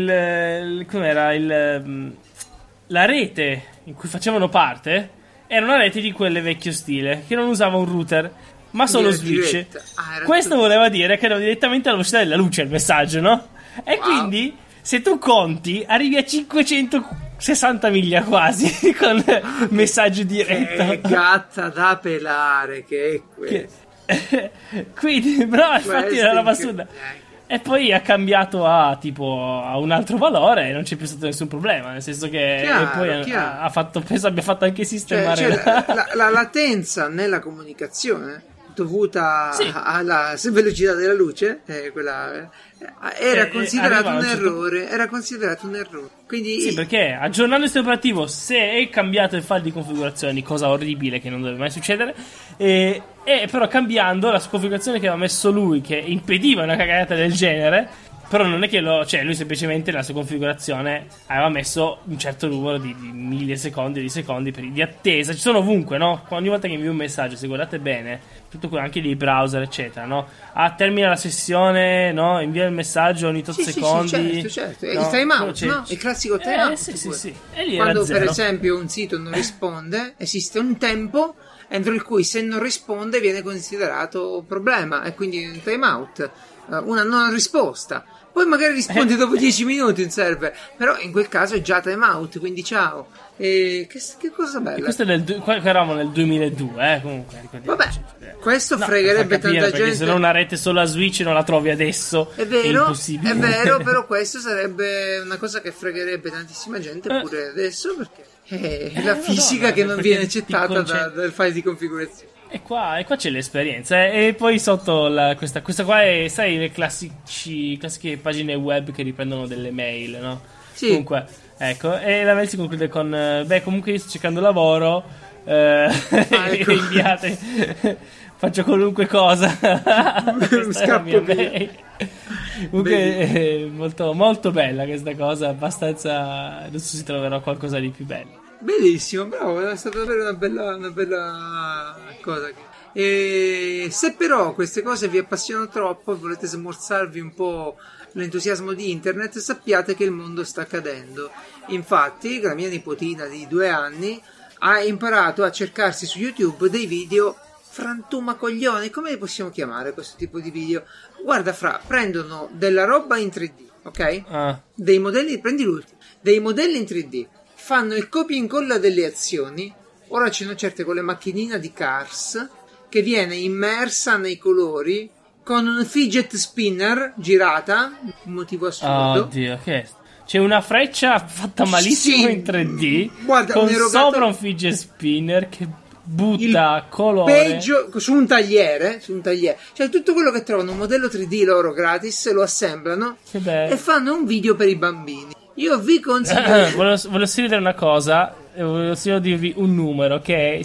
la rete in cui facevano parte era una rete di quelle vecchio stile, che non usava un router, ma solo switch. Questo voleva dire che era direttamente alla velocità della luce il messaggio, no? E quindi, se tu conti, arrivi a 560 miglia quasi con messaggio diretto. Che gatta da pelare che è questo. Quindi, però, infatti era una bastarda. E poi ha cambiato a un altro valore e non c'è più stato nessun problema, nel senso che ha fatto, penso abbia fatto anche sistemare la latenza nella comunicazione dovuta alla velocità della luce, era considerato un errore. Era considerato un errore. Quindi sì, perché aggiornando il sistema operativo, se è cambiato il file di configurazione, cosa orribile che non deve mai succedere, e però cambiando la configurazione che aveva messo lui, che impediva una cagata del genere. Però non è che lui semplicemente nella sua configurazione aveva messo un certo numero di millisecondi, di secondi di attesa. Ci sono ovunque, no? Ogni volta che invii un messaggio, se guardate bene, tutto quello, anche dei browser, eccetera, no? Termina la sessione, no? Invia il messaggio ogni tot secondi. Sì, certo. No? Il timeout, no? Il classico timeout. Sì. E lì quando per esempio un sito non risponde, esiste un tempo entro il cui, se non risponde, viene considerato problema, e quindi un timeout, una non risposta. Poi magari rispondi dopo 10 minuti in server, però in quel caso è già timeout, quindi ciao. Che cosa bella. E questo qua eravamo nel 2002, comunque. Vabbè, questo fregherebbe tanta gente. Se non una rete solo a Switch non la trovi adesso. È vero, è impossibile. È vero, però questo sarebbe una cosa che fregherebbe tantissima gente pure adesso, perché è la fisica che non viene accettata dal file di configurazione. E qua c'è l'esperienza. E poi sotto questa qua è, sai, le classiche pagine web che riprendono delle mail, no? Sì. Comunque, ecco, e la mail si conclude con comunque io sto cercando lavoro, ecco. Inviate, faccio qualunque cosa. Scappo via. Comunque molto, molto bella questa cosa, abbastanza. Adesso si troverà qualcosa di più bello. Bellissimo, bravo, è stata davvero una bella cosa. E se però queste cose vi appassionano troppo e volete smorzarvi un po' l'entusiasmo di internet, sappiate che il mondo sta cadendo. Infatti la mia nipotina di 2 anni ha imparato a cercarsi su YouTube dei video frantumacoglioni, come li possiamo chiamare questo tipo di video? Guarda, prendono della roba in 3D, ok? Dei modelli, prendi l'ultimo, dei modelli in 3D, fanno il copia e incolla delle azioni. Ora ce ne certe con le macchinine di Cars, che viene immersa nei colori con un fidget spinner girata, un motivo assurdo. Oddio, che c'è una freccia fatta malissimo in 3D, guarda, con sopra un fidget spinner che butta colore peggio su un tagliere, cioè tutto quello che trovano un modello 3D loro gratis lo assemblano e fanno un video per i bambini. Io vi consiglio volevo solo dire una cosa, volevo solo dirvi un numero che è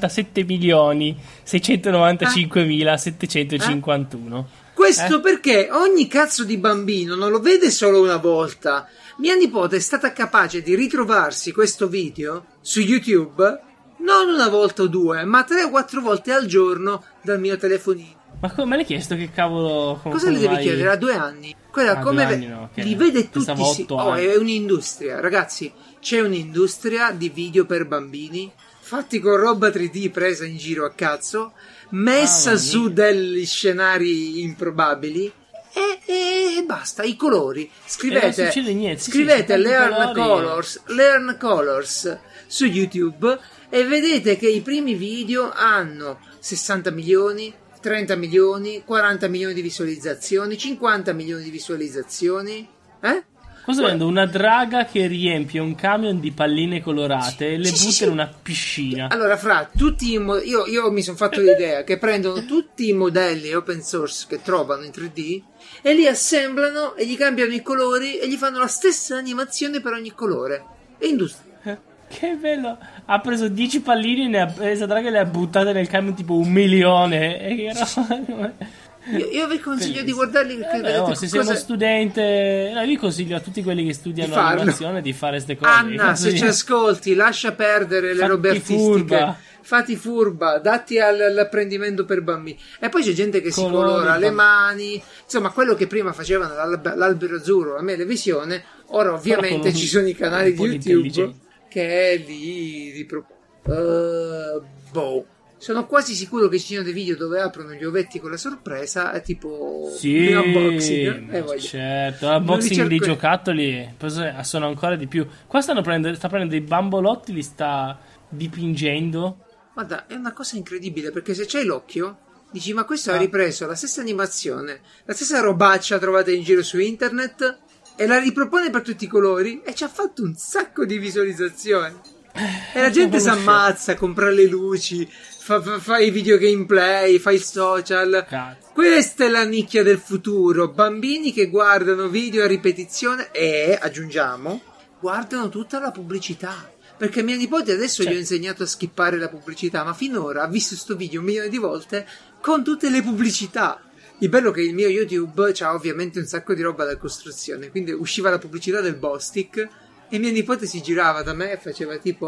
67.695.751. Questo perché ogni cazzo di bambino non lo vede solo una volta. Mia nipote è stata capace di ritrovarsi questo video su YouTube non una volta o 2, ma 3 o 4 volte al giorno dal mio telefonino. Ma come l'hai chiesto? Che cavolo? Cosa le devi chiedere? A 2 anni. Quella come 2 anni, no, okay. li vede tutti. È un'industria, ragazzi. c'è un'industria di video per bambini fatti con roba 3D presa in giro a cazzo, messa su degli scenari improbabili e basta, i colori. Scrivete, scrivete Learn Colors su YouTube e vedete che i primi video hanno 60 milioni, 30 milioni, 40 milioni di visualizzazioni, 50 milioni di visualizzazioni. Cosa vendo? Una draga che riempie un camion di palline colorate e le butta in una piscina. Allora, fra tutti io mi sono fatto l'idea che prendono tutti i modelli open source che trovano in 3D e li assemblano e gli cambiano i colori e gli fanno la stessa animazione per ogni colore. È industria. Che bello! Ha preso 10 palline e ne ha presa draga e le ha buttate nel camion tipo 1 milione. Io vi consiglio di guardarli perché se sei uno studente, vi consiglio a tutti quelli che studiano animazione di fare queste cose. Anna, se ci ascolti, lascia perdere le robe artistiche. Fatti furba, datti all'apprendimento per bambini. E poi c'è gente che si colora le mani, insomma, quello che prima facevano l'albero azzurro, la melevisione, ora ovviamente ci sono i canali di YouTube che è lì sono quasi sicuro che ci siano dei video dove aprono gli ovetti con la sorpresa, tipo unboxing. Certo, l'unboxing di giocattoli sono ancora di più. Qua sta prendendo dei bambolotti, li sta dipingendo. Guarda, è una cosa incredibile, perché se c'hai l'occhio dici, ma questo ha ripreso la stessa animazione, la stessa robaccia trovata in giro su internet e la ripropone per tutti i colori e ci ha fatto un sacco di visualizzazioni. E la gente si ammazza, compra le luci, fa i video gameplay, fa i social. Cazzo. Questa è la nicchia del futuro. Bambini che guardano video a ripetizione e, aggiungiamo, guardano tutta la pubblicità. Perché mia nipote adesso gli ho insegnato a skippare la pubblicità, ma finora ha visto sto video 1 milione di volte con tutte le pubblicità. Il bello è che il mio YouTube c'ha ovviamente un sacco di roba da costruzione, quindi usciva la pubblicità del Bostik e mia nipote si girava da me e faceva tipo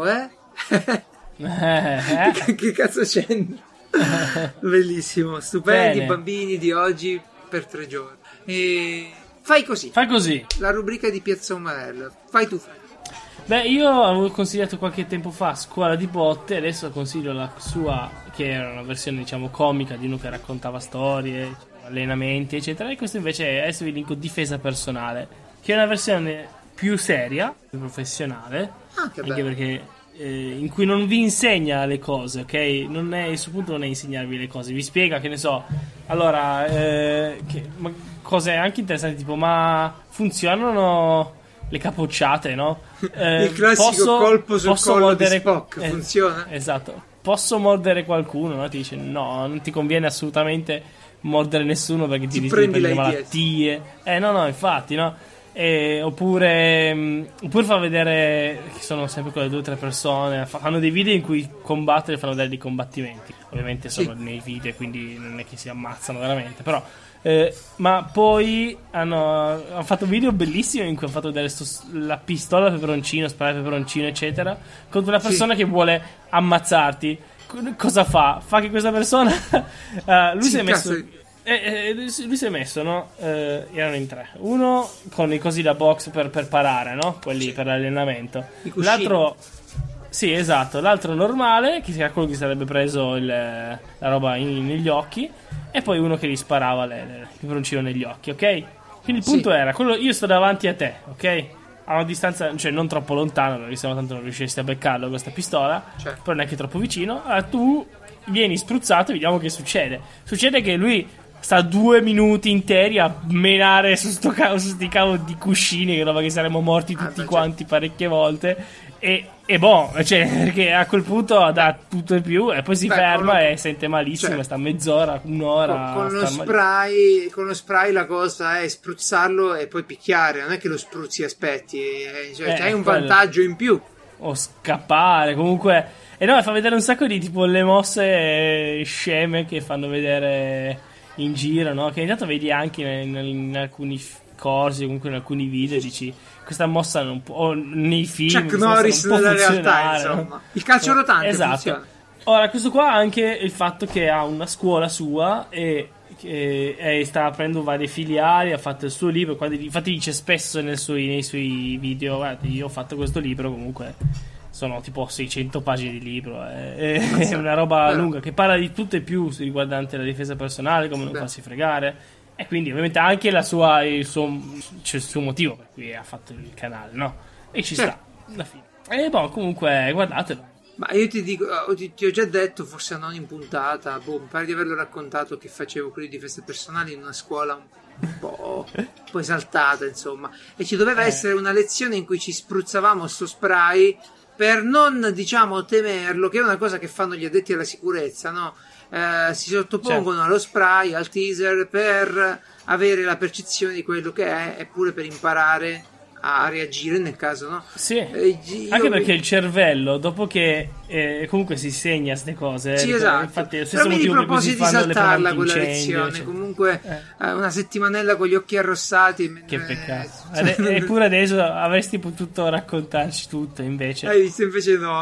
che cazzo c'è? Bellissimo, stupendi. Bene. Bambini di oggi per 3 giorni. E fai così la rubrica di Piazza Umarella. Fai tu, Fred. Beh, io avevo consigliato qualche tempo fa Scuola di Botte, adesso consiglio la sua, che era una versione diciamo comica di uno che raccontava storie, allenamenti eccetera, e questo invece adesso vi linko Difesa Personale, che è una versione più seria, più professionale, anche perché in cui non vi insegna le cose, ok? Non è, il suo punto non è insegnarvi le cose, vi spiega, che ne so, allora cose anche interessanti, tipo, ma funzionano le capocciate, no? Il classico colpo sul collo di Spock, funziona? Esatto. Posso mordere qualcuno? No? Ti dice no, non ti conviene assolutamente mordere nessuno perché ti rischi di prendere malattie. No, infatti, no? Oppure fa vedere che sono sempre quelle 2 o 3 persone, fanno dei video in cui combattono e fanno dei combattimenti. Ovviamente sono nei video, quindi non è che si ammazzano veramente, però ma poi hanno fatto video bellissimi in cui hanno fatto vedere la pistola peperoncino, sparare peperoncino eccetera contro una persona che vuole ammazzarti. Cosa fa? Fa che questa persona lui si è messo, no? Erano in 3. Uno con i cosi da box per parare, no? Quelli per l'allenamento. L'altro sì, esatto. L'altro normale, che era quello che sarebbe preso la roba negli occhi. E poi uno che gli sparava il peperoncino negli occhi, ok? Quindi il punto era quello, io sto davanti a te, ok? A una distanza, cioè non troppo lontano, perché sennò tanto non riusciresti a beccarlo con questa pistola, però neanche troppo vicino. Allora tu vieni spruzzato e vediamo che succede. Succede che lui sta 2 minuti interi a menare su sti cavolo di cuscini, che roba che saremmo morti tutti quanti parecchie volte. E boh, cioè, perché a quel punto dà tutto e più e poi si ferma e sente malissimo, sta mezz'ora, un'ora con lo spray la cosa è spruzzarlo e poi picchiare, non è che lo spruzzi e aspetti, hai un vantaggio in più, o scappare comunque. E no, fa vedere un sacco di tipo le mosse sceme che fanno vedere in giro, no? Che intanto vedi anche in alcuni corsi, comunque in alcuni video, dici questa mossa non può, nei film Chuck Norris nella realtà, insomma, no? Il calcio rotante, esatto. Funziona. Ora questo qua ha anche il fatto che ha una scuola sua e sta aprendo varie filiali, ha fatto il suo libro, infatti dice spesso nei suoi video, guarda, io ho fatto questo libro, comunque sono tipo 600 pagine di libro, è una roba lunga che parla di tutto e più riguardante la difesa personale, come non farsi fregare, e quindi ovviamente anche c'è il suo motivo per cui ha fatto il canale, no? E ci sta alla fine. E comunque guardatelo. Ma io ti dico, ti ho già detto, forse non in puntata, mi pare di averlo raccontato, che facevo quelli di difese personali in una scuola un po' esaltata, insomma, e ci doveva essere una lezione in cui ci spruzzavamo sto spray per non, diciamo, temerlo, che è una cosa che fanno gli addetti alla sicurezza, no? Si sottopongono allo spray, al teaser, per avere la percezione di quello che è, eppure per imparare a reagire nel caso, no? Sì, anche perché il cervello, dopo che comunque si segna queste cose, sì, esatto. Infatti è lo però stesso mi motivo per cui si riproposi di fanno saltarla le quella incendio, lezione, cioè. Comunque una settimanella con gli occhi arrossati, che peccato. Eppure adesso avresti potuto raccontarci tutto, invece hai visto, invece no,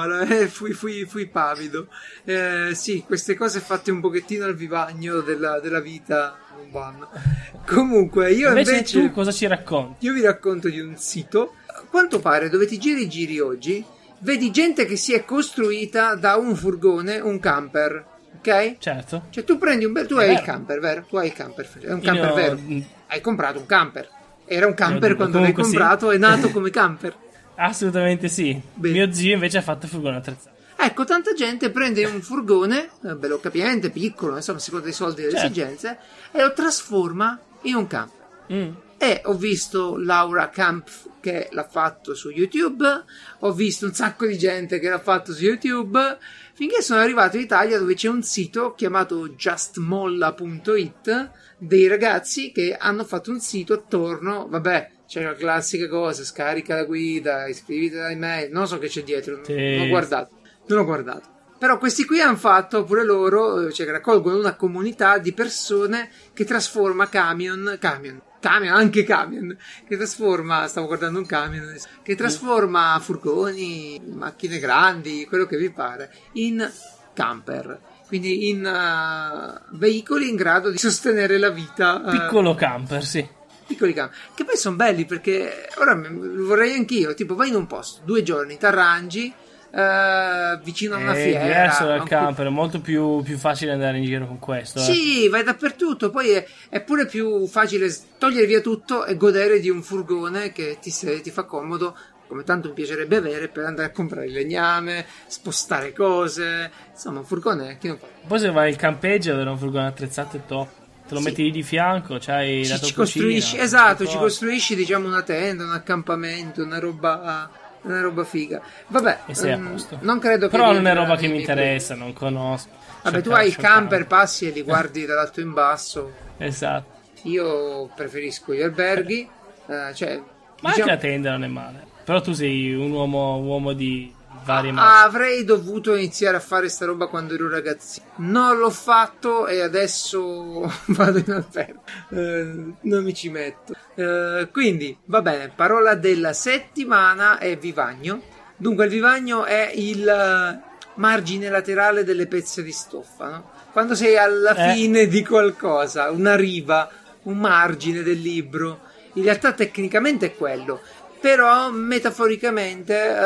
fui pavido. Sì, queste cose fatte un pochettino al vivagno della vita non vanno. Comunque io invece tu cosa ci racconti? Io vi racconto di un sito, a quanto pare, dove ti giri oggi vedi gente che si è costruita da un furgone, un camper, ok? Certo. Cioè tu prendi tu hai il camper, vero? Tu hai il camper, è un camper vero? Hai comprato un camper. Era un camper quando l'hai comprato, sì. È nato come camper. Assolutamente sì. Bene. Mio zio invece ha fatto il furgone attrezzato. Ecco, tanta gente prende un furgone, bello capiente, piccolo, insomma, secondo i soldi e le esigenze, e lo trasforma in un camper. E ho visto Laura Kampf che l'ha fatto su YouTube, ho visto un sacco di gente che l'ha fatto su YouTube, finché sono arrivato in Italia, dove c'è un sito chiamato justmolla.it dei ragazzi che hanno fatto un sito attorno, vabbè, c'è la classica cosa, scarica la guida, iscriviti all'email, non so che c'è dietro, non ho guardato. Però questi qui hanno fatto pure loro, cioè raccolgono una comunità di persone che trasforma camion, che trasforma, stavo guardando un camion, che trasforma furgoni, macchine grandi, quello che vi pare, in camper. Quindi in veicoli in grado di sostenere la vita. Piccolo camper, sì. Piccoli camper. Che poi sono belli, perché ora lo vorrei anch'io, tipo vai in un posto, 2 giorni, t'arrangi, vicino a una fiera. È diverso dal camper, è molto più facile andare in giro con questo. Sì, vai dappertutto. Poi è pure più facile togliere via tutto e godere di un furgone che ti fa comodo, come tanto mi piacerebbe avere, per andare a comprare il legname, spostare cose. Insomma, un furgone chi non fa. Poi se vai in campeggio, avere un furgone attrezzato è top. Te lo metti lì di fianco, c'hai la tua costruisci, esatto, ci costruisci, diciamo, una tenda, un accampamento, una roba figa. Vabbè, e sei a posto. Non credo però che non è roba che mi interessa, non conosco. Vabbè, tu hai il camper, passi e li guardi dall'alto in basso. Esatto. Io preferisco gli alberghi, ma anche la tenda non è male. Però tu sei un uomo di varie avrei dovuto iniziare a fare sta roba quando ero ragazzino. Non l'ho fatto e adesso vado in albergo. Non mi ci metto. Quindi, va bene, parola della settimana è vivagno. Dunque, il vivagno è il margine laterale delle pezze di stoffa, no? Quando sei alla fine di qualcosa, una riva, un margine del libro. In realtà tecnicamente è quello, però metaforicamente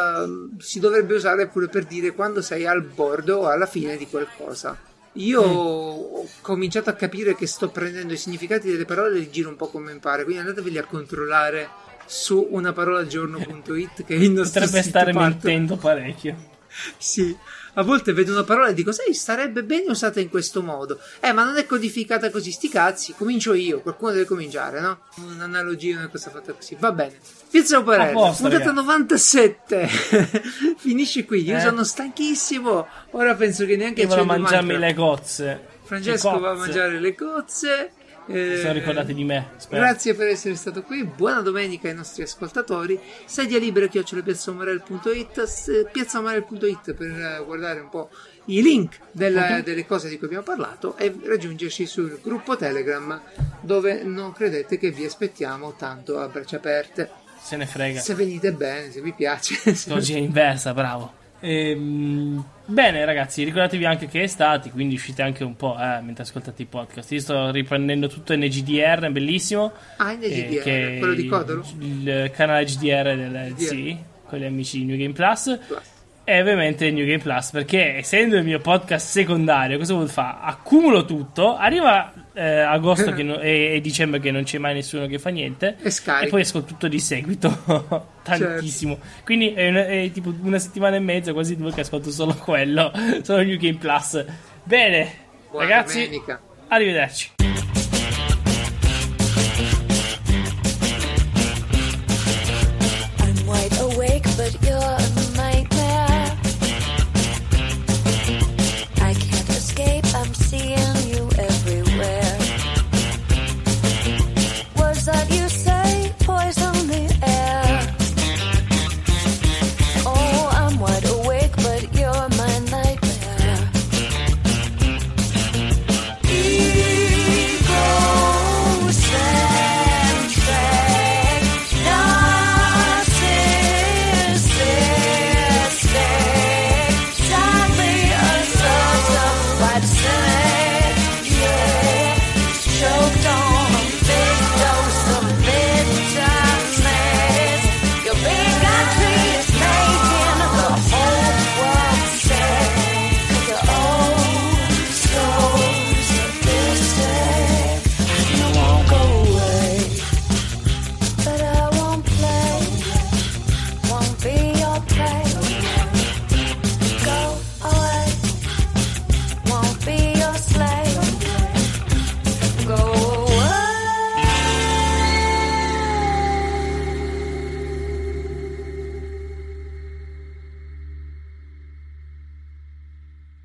si dovrebbe usare pure per dire quando sei al bordo o alla fine di qualcosa. Io ho cominciato a capire che sto prendendo i significati delle parole e li giro un po' come mi pare, quindi andateveli a controllare su unaparolagiorno.it, che è il nostro potrebbe sito stare mentendo parecchio. Sì, a volte vedo una parola e dico, sai, starebbe bene usata in questo modo. Ma non è codificata così, sti cazzi, comincio io, qualcuno deve cominciare, no? Un'analogia, una cosa fatta così, va bene. Pizza Operella, puntata 97, finisce qui, io sono stanchissimo, ora penso che neanche io vado a mangiarmi le gozze. Francesco va a mangiare le cozze. Sono ricordati di me, spero. Grazie per essere stato qui, buona domenica ai nostri ascoltatori. Sedia libera @piazzamarel.it per guardare un po' i link delle cose di cui abbiamo parlato e raggiungerci sul gruppo Telegram, dove non credete che vi aspettiamo tanto a braccia aperte. Se ne frega, se venite bene, se vi piace. oggi è inversa, bravo. Bene ragazzi, ricordatevi anche che è estate, quindi uscite anche un po' mentre ascoltate i podcast. Io sto riprendendo tutto NGDR, è bellissimo. NGDR, quello di Codolo? Il canale GDR sì, con gli amici di New Game Plus. E ovviamente New Game Plus, perché essendo il mio podcast secondario, cosa vuol fare? Accumulo tutto, arriva agosto e dicembre che non c'è mai nessuno che fa niente, e poi esco tutto di seguito. Tantissimo, certo. Quindi è tipo una settimana e mezza, quasi due, che ascolto solo quello, solo New Game Plus. Bene, buona ragazzi, domenica. Arrivederci.